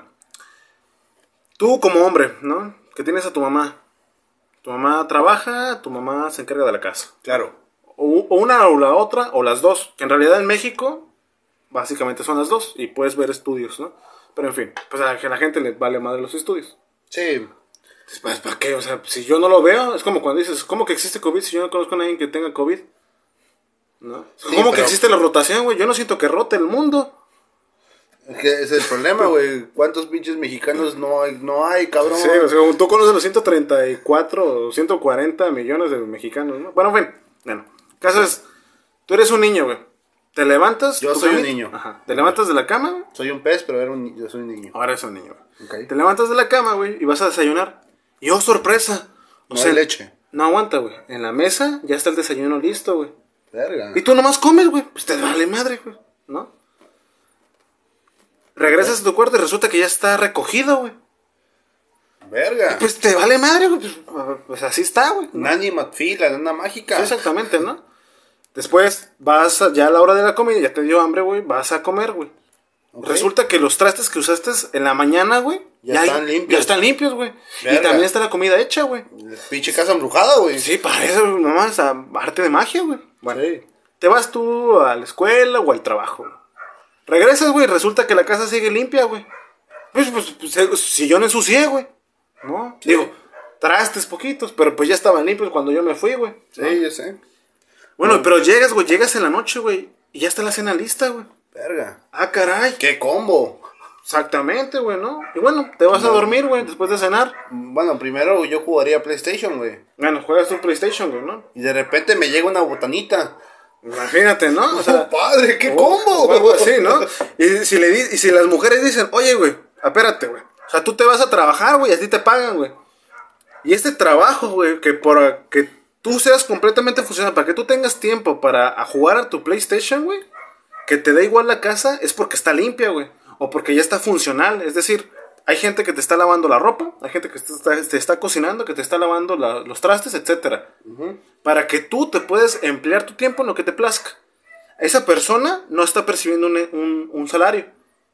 tú como hombre, ¿no? Que tienes a tu mamá. Tu mamá trabaja, tu mamá se encarga de la casa. Claro. O, o una o la otra, o las dos. Que en realidad en México, básicamente son las dos. Y puedes ver estudios, ¿no? Pero en fin, pues a la gente le vale madre los estudios. Sí. Pues, ¿para qué? O sea, si yo no lo veo, es como cuando dices, ¿cómo que existe COVID si yo no conozco a nadie que tenga COVID? ¿No? Sí, ¿Cómo pero... que existe la rotación, güey? Yo no siento que rote el mundo. Es que ese es el problema, güey. ¿Cuántos pinches mexicanos no hay, no hay, cabrón? Sí, o sea, tú conoces los ciento treinta y cuatro o ciento cuarenta millones de mexicanos, ¿no? Bueno, en fin, bueno, el caso es, tú eres un niño, güey. Te levantas. Yo soy un niño. Ajá. Te levantas de la cama, güey. Soy un pez, pero era un, yo soy un niño. Ahora eres un niño, güey. Okay. Te levantas de la cama, güey, y vas a desayunar. Y oh, sorpresa. O no sea, hay leche. No aguanta, güey. En la mesa ya está el desayuno listo, güey. Verga. Y tú nomás comes, güey. Pues te vale madre, güey. ¿No? Regresas a tu cuarto y resulta que ya está recogido, güey. Verga. Y pues te vale madre, güey. Pues, pues así está, güey. ¿No? Nanny McPhee, la nana mágica. Sí, exactamente, ¿no? Después vas a, ya a la hora de la comida, ya te dio hambre, güey. Vas a comer, güey. Okay. Resulta que los trastes que usaste en la mañana, güey, ya, ya están hay, limpios. Ya están limpios, güey. Y también está la comida hecha, güey. Pinche casa embrujada, güey. Sí, parece nomás arte de magia, güey. Bueno, sí. Te vas tú a la escuela o al trabajo. Regresas, güey, resulta que la casa sigue limpia, güey. Pues, pues, pues, si yo no ensucié, güey. ¿No? Sí. Digo, trastes poquitos, pero pues ya estaban limpios cuando yo me fui, güey. Sí, ¿no? yo sé. Bueno, no. Pero llegas, güey, llegas en la noche, güey, y ya está la cena lista, güey. Verga. Ah, caray. ¡Qué combo! Exactamente, güey, ¿no? Y bueno, te vas no. a dormir, güey, después de cenar. Bueno, primero yo jugaría PlayStation, güey. Bueno, juegas tu PlayStation, güey, ¿no? Y de repente me llega una botanita. Imagínate, ¿no? O sea, ¡oh, padre, qué combo! O algo así, ¿no? Y si, le, y si las mujeres dicen, oye, güey, espérate, güey. O sea, tú te vas a trabajar, güey, y a ti te pagan, güey. Y este trabajo, güey, que por que tú seas completamente funcional, para que tú tengas tiempo para a jugar a tu PlayStation, güey, que te da igual la casa, es porque está limpia, güey. O porque ya está funcional. Es decir, hay gente que te está lavando la ropa, hay gente que te está, te está cocinando, que te está lavando la, los trastes, etcétera. Uh-huh. Para que tú te puedas emplear tu tiempo en lo que te plazca. Esa persona no está percibiendo un, un, un salario.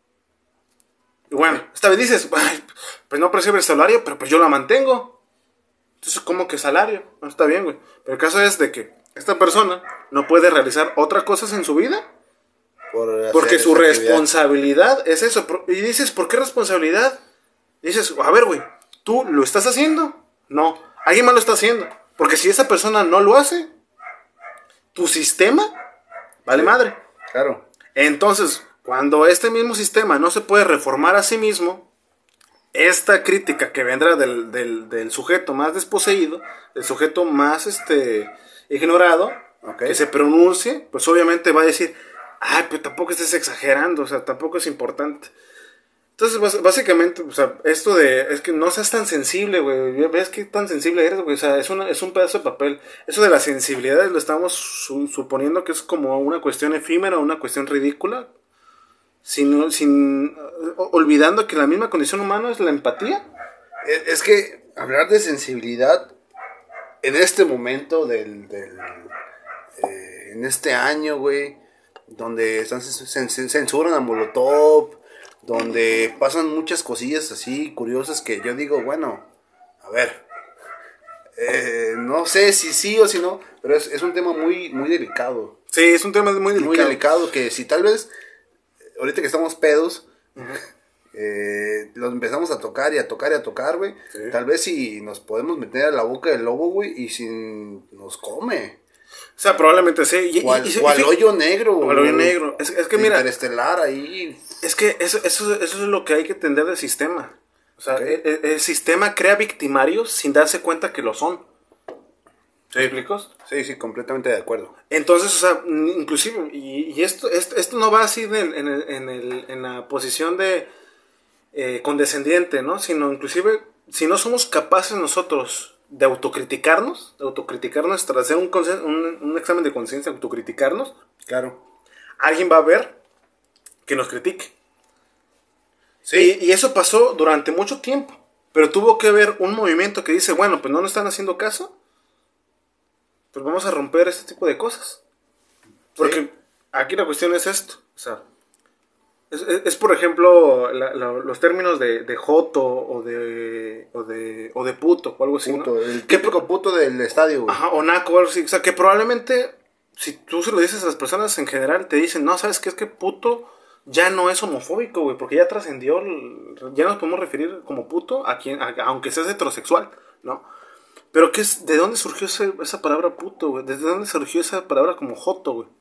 Y bueno, esta vez dices, pues no percibe el salario, pero pues yo la mantengo. Entonces, ¿cómo que salario? No está bien, güey. Pero el caso es de que esta persona no puede realizar otras cosas en su vida. Por porque su responsabilidad actividad. Es eso. Y dices, ¿por qué responsabilidad? Y dices, a ver, güey, ¿tú lo estás haciendo? No, alguien más lo está haciendo. Porque si esa persona no lo hace, tu sistema vale sí, madre. Claro. Entonces, cuando este mismo sistema no se puede reformar a sí mismo, esta crítica que vendrá del, del, del sujeto más desposeído, del sujeto más este ignorado, okay, que se pronuncie, pues obviamente va a decir, ay, pero tampoco estés exagerando, o sea, tampoco es importante. Entonces, básicamente, o sea, esto de, es que no seas tan sensible, güey, ves que tan sensible eres, güey, o sea, es, una, es un pedazo de papel. Eso de la sensibilidad lo estamos su, suponiendo que es como una cuestión efímera, una cuestión ridícula, sin, sin, olvidando que la misma condición humana es la empatía. Es que hablar de sensibilidad en este momento del, del eh, en este año, güey, donde están censuran a Molotov, donde pasan muchas cosillas así curiosas que yo digo, bueno, a ver, eh, no sé si sí o si no, pero es, es un tema muy, muy delicado. Sí, es un tema muy delicado. Muy delicado que si tal vez, ahorita que estamos pedos, uh-huh, eh, los empezamos a tocar y a tocar y a tocar, güey, sí, tal vez si nos podemos meter a la boca del lobo, güey, y si nos come. sea, probablemente sí. Y, O al, y- y- o al y- hoyo negro. o al hoyo negro. Es, es que mira, Interestelar ahí. es que eso, eso, eso es lo que hay que entender del sistema. O sea, Ok. el, el- el sistema crea victimarios sin darse cuenta que lo son. ¿Me explico? Sí, sí, completamente de acuerdo. Entonces, o sea, n- inclusive, y, y esto, esto, esto no va así en, el- en, el- en, el- en la posición de eh, condescendiente, ¿no? Sino inclusive, si no somos capaces nosotros de autocriticarnos, de autocriticar nuestra, hacer un, consen- un, un examen de conciencia, autocriticarnos, Claro. alguien va a ver que nos critique. Sí. Y, y eso pasó durante mucho tiempo. Pero tuvo que haber un movimiento que dice, bueno, pues no nos están haciendo caso, pues vamos a romper este tipo de cosas. Porque Sí. aquí la cuestión es esto. O sea, es, es- es, por ejemplo, la- la- los términos de, de joto o de, o de o de puto o algo así, Puto, ¿no? el Que típico puto del estadio, güey. Ajá, o naco o algo así. O sea, que probablemente, si tú se lo dices a las personas en general, te dicen, no, ¿sabes qué? Es que puto ya no es homofóbico, güey, porque ya trascendió, el- ya nos podemos referir como puto a quien, a- aunque seas heterosexual, ¿no? Pero ¿qué es, ¿de dónde surgió ese- esa palabra puto, güey? ¿Desde dónde surgió esa palabra como joto, güey?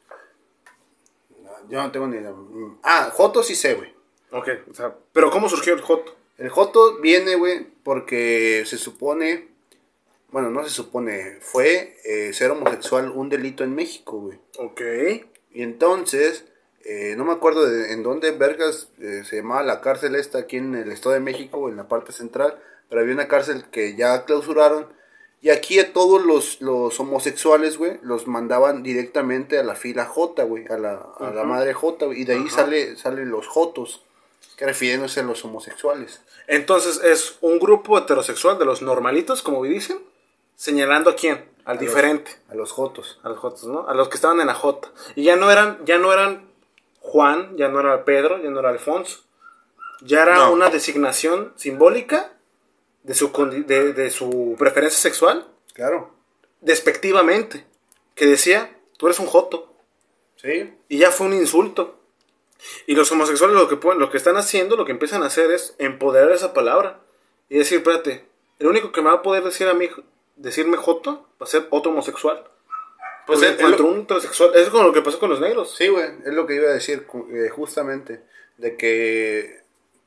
Yo no tengo ni idea. Ah, Joto sí sé, güey. Ok, o sea, pero ¿cómo surgió el joto? El Joto viene, güey, porque se supone, bueno, no se supone, fue eh, ser homosexual un delito en México, güey. Ok. Y entonces, eh, no me acuerdo de, en dónde vergas eh, se llamaba la cárcel esta aquí en el Estado de México, en la parte central, pero había una cárcel que ya clausuraron. Y aquí a todos los, los homosexuales, güey, los mandaban directamente a la fila J, güey, a la, a la Ujú. madre J, güey, y de ahí Ajá. sale, salen los Jotos, que refiriéndose a los homosexuales. Entonces es un grupo heterosexual de los normalitos, como dicen, señalando a quién, al A los- diferente. a los Jotos. A los jotos, ¿no? A los que estaban en la J. Y ya no eran, ya no eran Juan, ya no era Pedro, ya no era Alfonso. Ya era No. una designación simbólica de su, condi- de, de su preferencia sexual, Claro. despectivamente, que decía, tú eres un joto. Sí. Y ya fue un insulto. Y los homosexuales lo que, pueden- lo que están haciendo, lo que empiezan a hacer es empoderar esa palabra. Y decir, espérate, el único que me va a poder decir a mí, decirme joto, va a ser otro homosexual. Pues Pues es- es contra lo- un heterosexual. Es como lo que pasó con los negros. Sí, güey, es lo que iba a decir, cu- eh, justamente, de que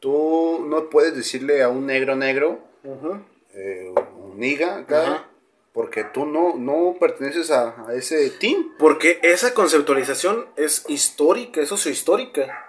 tú no puedes decirle a un negro negro, Ujú. eh, un niga, acá, Ajá. porque tú no, no perteneces a, a ese team. Porque esa conceptualización es histórica, es sociohistórica.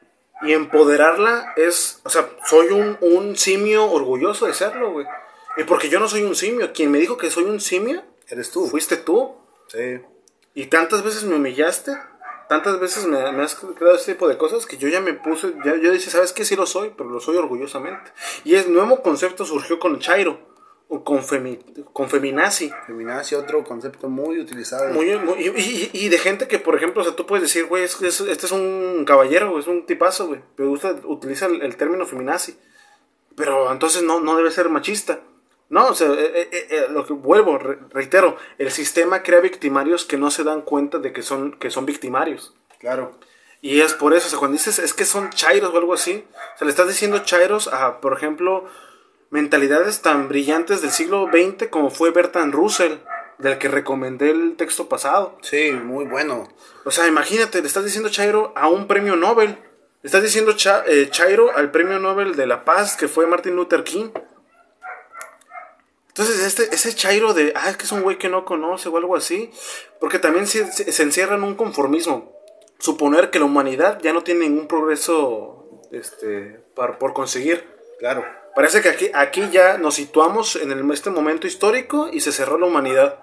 Y empoderarla es, o sea, soy un, un simio orgulloso de serlo, güey. Y porque yo no soy un simio. Quien me dijo que soy un simio, Eres tú. fuiste tú. Sí. Y tantas veces me humillaste, tantas veces me, me has creado este tipo de cosas que yo ya me puse, ya yo dije, ¿sabes qué? Sí lo soy, pero lo soy orgullosamente. Y el nuevo concepto surgió con Chairo, o con, femi, con feminazi. Feminacia, otro concepto muy utilizado. Muy, muy- y, y- y de gente que, por ejemplo, o sea, tú puedes decir, güey, es, es- este es un caballero, güey, es un tipazo, güey. Pero usted utiliza el, el término feminazi. Pero entonces no, no debe ser machista. No, o sea, eh, eh, eh, lo que vuelvo, re- reitero, el sistema crea victimarios que no se dan cuenta de que son, que son victimarios. Claro. Y es por eso, o sea, cuando dices es que son chairos o algo así, o sea, le estás diciendo chairos a, por ejemplo, mentalidades tan brillantes del siglo veinte como fue Bertrand Russell, del que recomendé el texto pasado. Sí, muy bueno. O sea, imagínate, le estás diciendo chairo a un premio Nobel. Le estás diciendo cha- eh, chairo al premio Nobel de la Paz, que fue Martin Luther King. Entonces, este, ese chairo de, ah, es que es un güey que no conoce o algo así, porque también se, se, se encierra en un conformismo. Suponer que la humanidad ya no tiene ningún progreso este, par- por conseguir. Claro. Parece que aquí, aquí ya nos situamos en el- este momento histórico y se cerró la humanidad.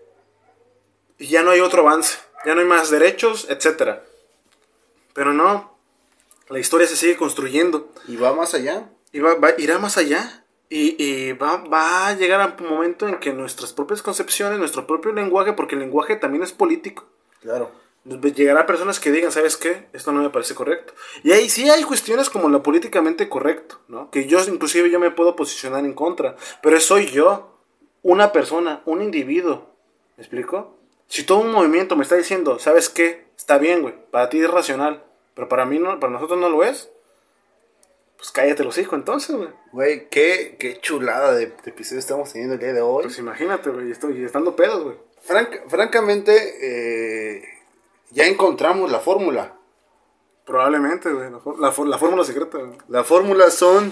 Y ya no hay otro avance, ya no hay más derechos, etcétera. Pero no, la historia se sigue construyendo Y va más allá. y va, va- irá más allá. Y, y va, va a llegar a un momento en que nuestras propias concepciones, nuestro propio lenguaje, porque el lenguaje también es político, Claro. llegará personas que digan, ¿sabes qué? Esto no me parece correcto. Y ahí sí hay cuestiones como lo políticamente correcto, ¿no? Que yo, inclusive, yo me puedo posicionar en contra. Pero soy yo, una persona, un individuo. ¿Me explico? Si todo un movimiento me está diciendo, ¿sabes qué? Está bien, güey. Para ti es racional. Pero para mí no, para nosotros no lo es. Pues cállate los hijos entonces, güey. Güey, qué, qué chulada de, de episodio estamos teniendo el día de hoy. Pues imagínate, güey. Estoy estando pedos, güey. franc- francamente, eh, ya encontramos la fórmula. Probablemente, güey. La, for- la, for- la fórmula secreta, güey. La fórmula son...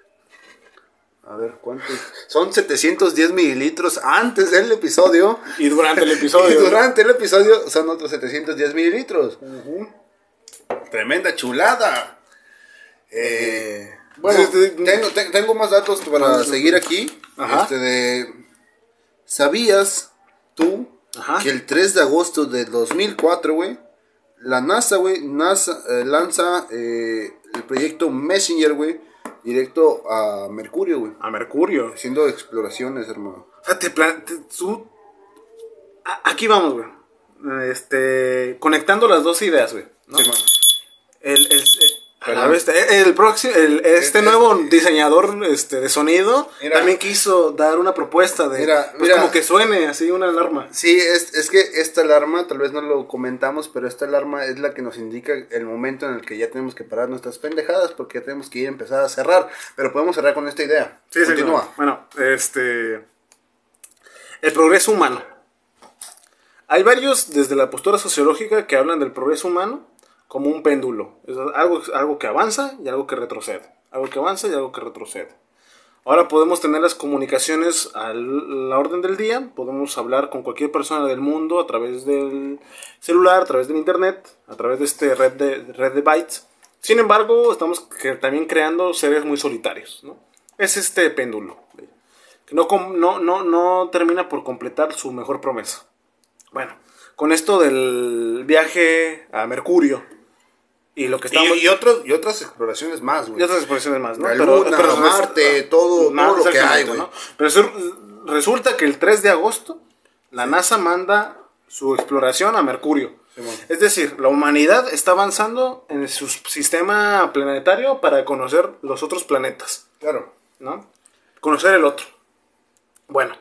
A ver, ¿cuántos? Son setecientos diez mililitros antes del episodio. Y durante el episodio. Y durante el episodio son otros setecientos diez mililitros. Uh-huh. Tremenda chulada. Eh, bueno, Este- tengo, te- tengo más datos para seguir aquí. Ajá. Este de, ¿sabías tú Ajá. que el tres de agosto de dos mil cuatro, güey, la NASA, güey, NASA eh, lanza eh, el proyecto Messenger, güey, directo a Mercurio, güey, A Mercurio. haciendo exploraciones, hermano. O sea, te plan- te- tú- a- Aquí vamos, güey. Este. Conectando las dos ideas, güey. ¿no? Sí, man. El, el, a la Perdón. vez, el, próximo, el- este Este- nuevo diseñador este, de sonido Mira. también quiso dar una propuesta de. Mira, pues, mira. como que suene así una alarma. Sí, es, es que esta alarma, tal vez no lo comentamos, pero esta alarma es la que nos indica el momento en el que ya tenemos que parar nuestras pendejadas, porque ya tenemos que ir a empezar a cerrar, pero podemos cerrar con esta idea. Sí, sí, Continúa. claro. Bueno, este. El progreso humano. Hay varios desde la postura sociológica que hablan del progreso humano como un péndulo. Es algo, algo que avanza y algo que retrocede. Algo que avanza y algo que retrocede. Ahora podemos tener las comunicaciones a la orden del día. Podemos hablar con cualquier persona del mundo a través del celular, a través del internet, a través de este red de, red de bytes. Sin embargo, estamos que, también creando seres muy solitarios, ¿no? Es este péndulo, que no, com- no, no, no termina por completar su mejor promesa. Bueno, con esto del viaje a Mercurio y lo que estamos... Y, y, otros, y otras exploraciones más, güey. y otras expresiones más, ¿no? La Luna, Marte, todo- todo lo que hay, exactamente, güey. ¿no? Pero eso- resulta que el tres de agosto la NASA manda su exploración a Mercurio. Simón. Es decir, la humanidad está avanzando en su sistema planetario para conocer los otros planetas, Claro. ¿no? Conocer el otro. Bueno,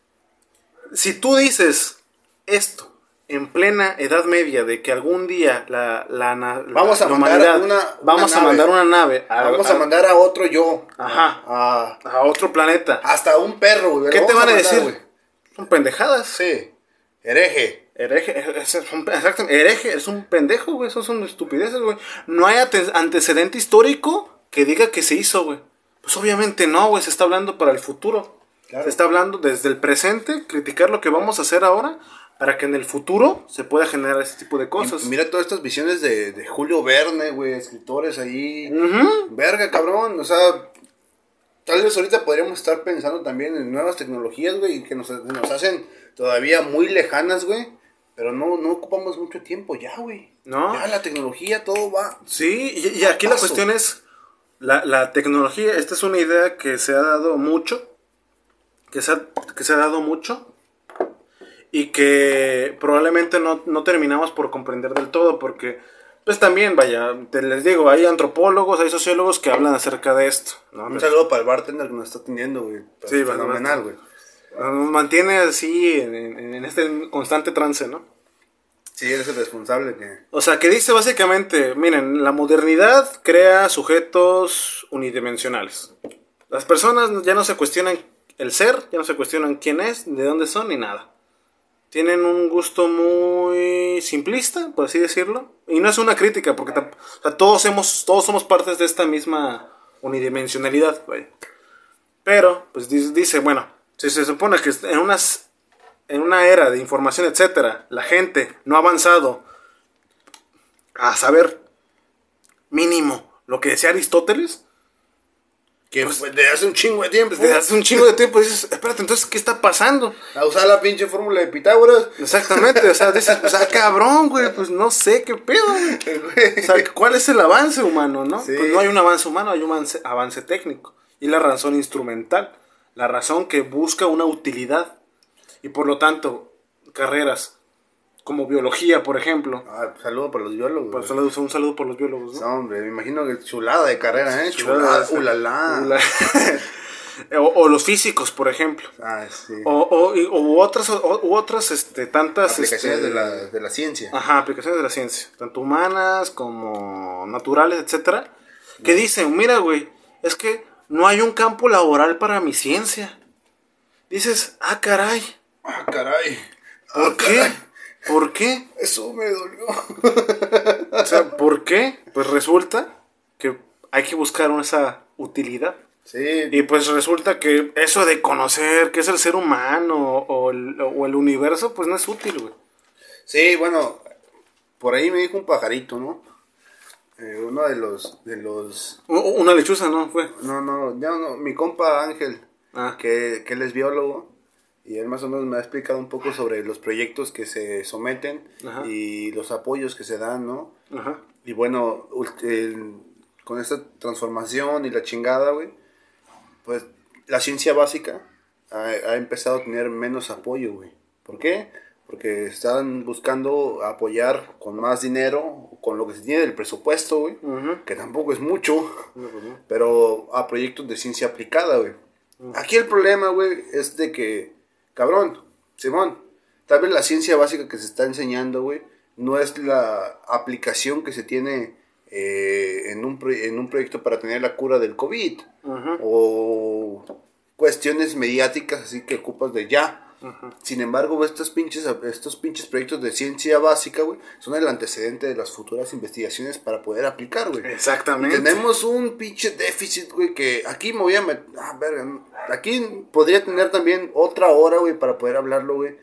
si tú dices esto en plena Edad Media de que algún día la, la, na- la- Vamos a la mandar humanidad una- una vamos a nave. mandar una nave a, Vamos a mandar a otro yo. Ajá. A, a otro planeta. hasta un perro, güey. ¿Qué Lo te vamos van a mandar, decir? güey. Son pendejadas. Sí. Hereje. Hereje, es, es un, exacto, hereje, es un pendejo, güey. Eso son estupideces, güey. No hay ate- antecedente histórico que diga que se hizo, güey. Pues obviamente no, güey. Se está hablando para el futuro. Claro. Se está hablando desde el presente, criticar lo que vamos a hacer ahora, para que en el futuro se pueda generar ese tipo de cosas. Y mira todas estas visiones de, de Julio Verne, güey, escritores ahí. Ujú. Verga, cabrón, o sea, tal vez ahorita podríamos estar pensando también en nuevas tecnologías, güey, que nos, nos hacen todavía muy lejanas, güey, pero no, no ocupamos mucho tiempo ya, güey. No. Ya la tecnología, todo va. Sí, y, y aquí la Paso. cuestión es la, la tecnología. Esta es una idea que se ha dado mucho, que se ha, que se ha dado mucho y que probablemente no, no terminamos por comprender del todo porque, pues también, vaya, te les digo, hay antropólogos, hay sociólogos que hablan acerca de esto, ¿no? Un saludo para el bartender que nos está atendiendo, güey. Sí, fenomenal, güey. Nos mantiene así en, en- en este constante trance, ¿no? Sí, eres el responsable que... O sea, que dice básicamente, miren, la modernidad crea sujetos unidimensionales. Las personas ya no se cuestionan el ser, ya no se cuestionan quién es, de dónde son, ni nada. Tienen un gusto muy simplista, por así decirlo. Y no es una crítica, porque tam- o sea, todos, hemos, todos somos partes de esta misma unidimensionalidad, güey. Pero, pues dice, dice, bueno, si se supone que en unas... en una era de información, etcétera, la gente no ha avanzado a saber mínimo lo que decía Aristóteles, Que desde hace un chingo de tiempo. desde hace un chingo de tiempo dices, espérate, entonces, ¿qué está pasando? A usar la pinche fórmula de Pitágoras. Exactamente, o sea, dices, o sea, cabrón, güey, pues no sé qué pedo, güey. O sea, ¿cuál es el avance humano, no? Sí. Pues no hay un avance humano, hay un avance, avance técnico. Y la razón instrumental, la razón que busca una utilidad. Y por lo tanto, carreras como biología, por ejemplo. Ah, saludo para los biólogos. Pues, güey. saludos, un saludo por los biólogos, No, ¿no? hombre, me imagino que chulada de carrera, ¿eh? Chulada, Chulada, ulala. Ula- o, o los físicos, por ejemplo. Ah, sí. O, o, y- u otras, o- u otras este, tantas... Aplicaciones este, de, la, de la ciencia. Ajá, aplicaciones de la ciencia. Tanto humanas como naturales, etcétera. Que dicen, mira, güey, es que no hay un campo laboral para mi ciencia. Dices, ah, caray. Ah, caray. ¿Por qué? ¿Por qué? Eso me dolió. O sea, ¿por qué? Pues resulta que hay que buscar esa utilidad. Sí. Y pues resulta que eso de conocer qué es el ser humano o el, o el universo, pues no es útil, güey. Sí, bueno, por ahí me dijo un pajarito, ¿no? Eh, uno de los, de los... Una lechuza, ¿no? Fue. No, no, ya no, mi compa Ángel, Ah. que, que él es biólogo, y él más o menos me ha explicado un poco sobre los proyectos que se someten. Ajá. Y los apoyos que se dan, ¿no? Ajá. Y bueno, el, con esta transformación y la chingada, güey, pues la ciencia básica ha, ha empezado a tener menos apoyo, güey. ¿Por qué? Porque están buscando apoyar con más dinero, con lo que se tiene del presupuesto, güey, uh-huh. que tampoco es mucho, uh-huh. pero a proyectos de ciencia aplicada, güey. Uh-huh. Aquí el problema, güey, es de que, cabrón, Simón, tal vez la ciencia básica que se está enseñando, güey, no es la aplicación que se tiene eh, en, un pro- en un proyecto para tener la cura del COVID, uh-huh. o cuestiones mediáticas así que ocupas de ya. Uh-huh. Sin embargo, estos pinches, estos pinches proyectos de ciencia básica, güey, son el antecedente de las futuras investigaciones para poder aplicar, güey. Exactamente. Y tenemos un pinche déficit, güey, que aquí me voy a meter... Ah, verga, aquí podría tener también otra hora, güey, para poder hablarlo, güey.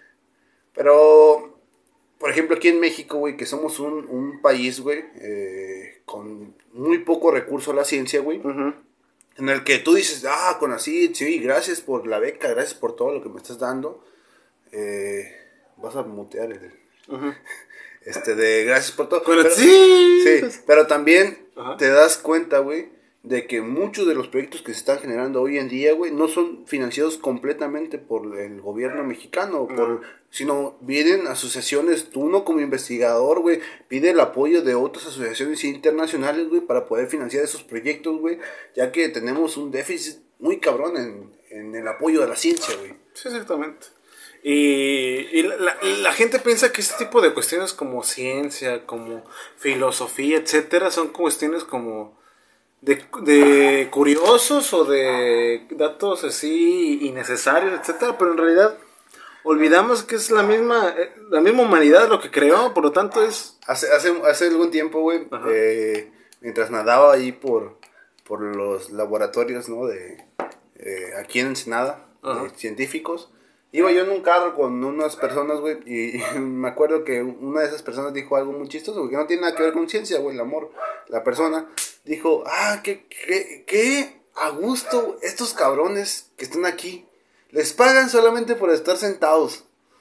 Pero, por ejemplo, aquí en México, güey, que somos un, un país, güey, eh, con muy poco recurso a la ciencia, güey. Uh-huh. En el que tú dices, ah, Conacid, sí, gracias por la beca, gracias por todo lo que me estás dando. Eh, vas a mutear el... Uh-huh. Este, de gracias por todo. Pero, sí. sí, pero también uh-huh. te das cuenta, güey, de que muchos de los proyectos que se están generando hoy en día, güey, no son financiados completamente por el gobierno mexicano, uh-huh. por, sino vienen asociaciones, tú uno como investigador, güey, pide el apoyo de otras asociaciones internacionales, güey, para poder financiar esos proyectos, güey, ya que tenemos un déficit muy cabrón en, en el apoyo de la ciencia, güey. Sí, exactamente. Y, y la, la, la gente piensa que este tipo de cuestiones como ciencia, como filosofía, etcétera, son cuestiones como de, de curiosos o de datos así innecesarios, etcétera, pero en realidad olvidamos que es la misma la misma humanidad lo que creó, por lo tanto es... Hace, hace, hace algún tiempo, güey, eh, mientras nadaba ahí por, por los laboratorios, ¿no? De eh, aquí en Ensenada, de científicos, iba yo en un carro con unas personas, güey, y, y me acuerdo que una de esas personas dijo algo muy chistoso, porque no tiene nada que ver con ciencia, güey, el amor. La persona dijo, ah, qué, qué, qué a gusto estos cabrones que están aquí. Les pagan solamente por estar sentados.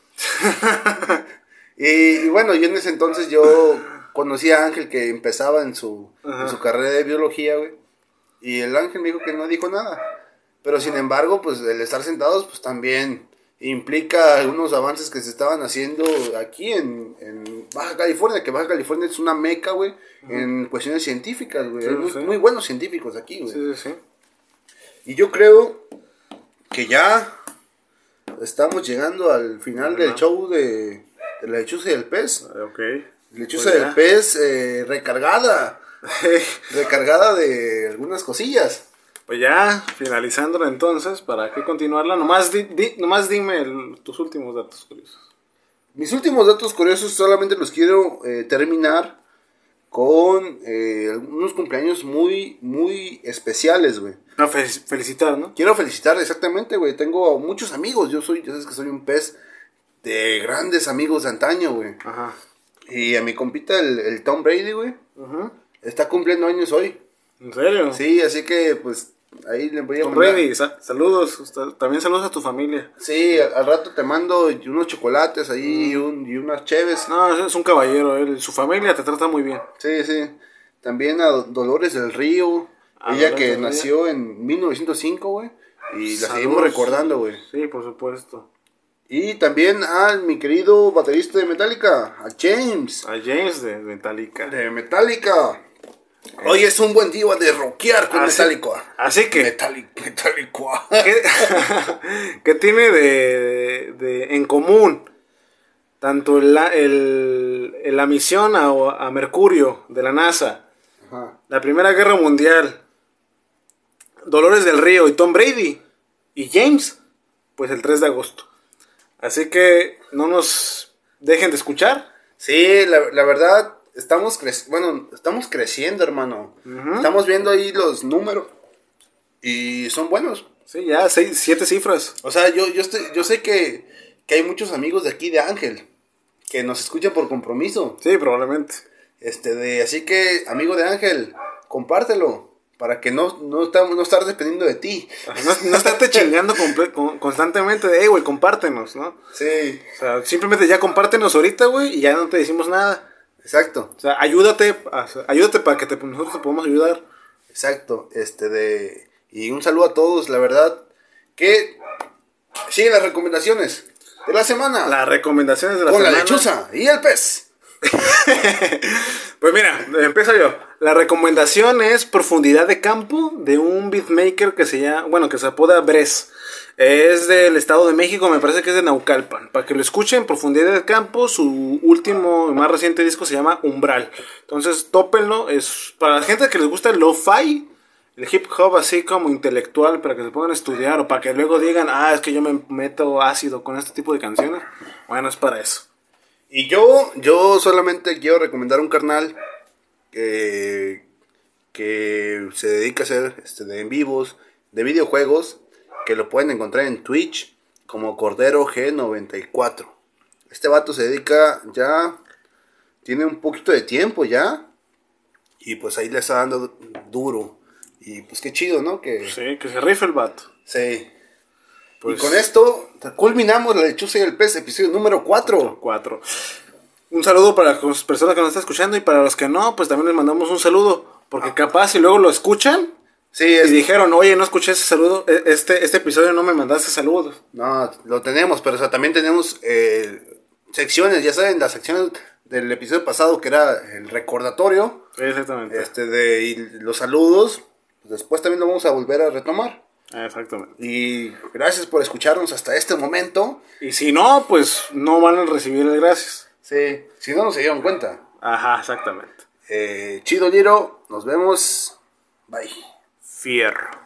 y, y bueno, yo en ese entonces yo conocí a Ángel que empezaba en su, en su carrera de biología, güey. Y el Ángel me dijo que no dijo nada. Pero sin embargo, pues el estar sentados, pues también implica algunos avances que se estaban haciendo aquí en, en Baja California, que Baja California es una meca, güey, uh-huh. en cuestiones científicas, güey. Sí, Hay muy, sí. muy buenos científicos aquí, güey. Sí, sí, sí. Y yo creo que ya estamos llegando al final uh-huh. del show de, de la lechuza y el pez. Ok. Lechuza pues del pez eh, recargada. recargada de algunas cosillas. Pues ya, finalizándola entonces, ¿para qué continuarla? Nomás, di, di, nomás dime el, tus últimos datos curiosos. Mis últimos datos curiosos solamente los quiero eh, terminar con eh, unos cumpleaños muy, muy especiales, güey. No, fel- felicitar, ¿no? Quiero felicitar, exactamente, güey. Tengo muchos amigos. Yo soy, ya sabes que soy un pez de grandes amigos de antaño, güey. Ajá. Y a mi compita, el, el Tom Brady, güey, uh-huh. está cumpliendo años hoy. ¿En serio? Sí, así que, pues, ahí le voy a Tom Brady, sa- saludos. También saludos a tu familia. Sí, al, al rato te mando unos chocolates ahí mm. y, un, y unas cheves. No, es un caballero, él. Su familia te trata muy bien. Sí, sí. También a Dolores del Río. A ella Dolores que nació en mil novecientos cinco, güey. Y la seguimos recordando, güey. Sí, por supuesto. Y también a mi querido baterista de Metallica, a James. A James de Metallica. De Metallica. Hoy es un buen día de rockear con así, Metallica. Así que... Metallica. Metallica. ¿Qué, ¿Qué tiene de, de, de en común tanto el, el, la misión a, a Mercurio de la NASA, ajá. la Primera Guerra Mundial, Dolores del Río y Tom Brady y James? Pues el tres de agosto. Así que no nos dejen de escuchar. Sí, la, la verdad, estamos cre- bueno, estamos creciendo, hermano. Uh-huh. Estamos viendo ahí los números y son buenos. Sí, ya, seis, siete cifras. O sea, yo, yo, estoy, yo sé que, que hay muchos amigos de aquí de Ángel que nos escuchan por compromiso. Sí, probablemente. Este, de, así que, amigo de Ángel, compártelo. Para que no, no, estamos, no estar dependiendo de ti. No, no estarte chingando comple- con, constantemente de, hey, güey, compártenos, ¿no? Sí. O sea, simplemente ya compártenos ahorita, güey, y ya no te decimos nada. Exacto. O sea, ayúdate, o sea, ayúdate para que te, nosotros te podamos ayudar. Exacto. Este, de... Y un saludo a todos, la verdad. Que siguen las recomendaciones de la semana. Las recomendaciones de la con semana. la lechuza y el pez. Pues mira, empiezo yo. La recomendación es Profundidad de Campo, de un beatmaker que se llama, bueno, que se apoda Bres. Es del Estado de México, me parece que es de Naucalpan. Para que lo escuchen, Profundidad de Campo, su último y más reciente disco se llama Umbral. Entonces, tópenlo. Es para la gente que les gusta el lo-fi, el hip hop así como intelectual, para que se pongan a estudiar o para que luego digan, ah, es que yo me meto ácido con este tipo de canciones. Bueno, es para eso. Y yo, yo solamente quiero recomendar un carnal que, que se dedica a hacer este, de en vivos, de videojuegos, que lo pueden encontrar en Twitch como Cordero G noventa y cuatro. Este vato se dedica ya, tiene un poquito de tiempo ya, y pues ahí le está dando duro. Y pues qué chido, ¿no? Que, Sí, que se rife el vato. sí. Pues, y con esto culminamos la lechuza y el pez, episodio número cuatro. cuatro. Un saludo para las personas que nos están escuchando y para los que no, pues también les mandamos un saludo. Porque capaz si luego lo escuchan Sí, y es, dijeron, oye, no escuché ese saludo, e- este, este episodio no me mandaste saludos. no, lo tenemos, pero o sea, también tenemos eh, secciones, ya saben, las secciones del episodio pasado que era el recordatorio, Sí, exactamente. este de y los saludos, pues después también lo vamos a volver a retomar. Exactamente. Y gracias por escucharnos hasta este momento. Y si no, pues no van a recibir el gracias. Sí, si no, no se dieron cuenta. Ajá, exactamente. Eh, chido, Liro, nos vemos. Bye. Fierro.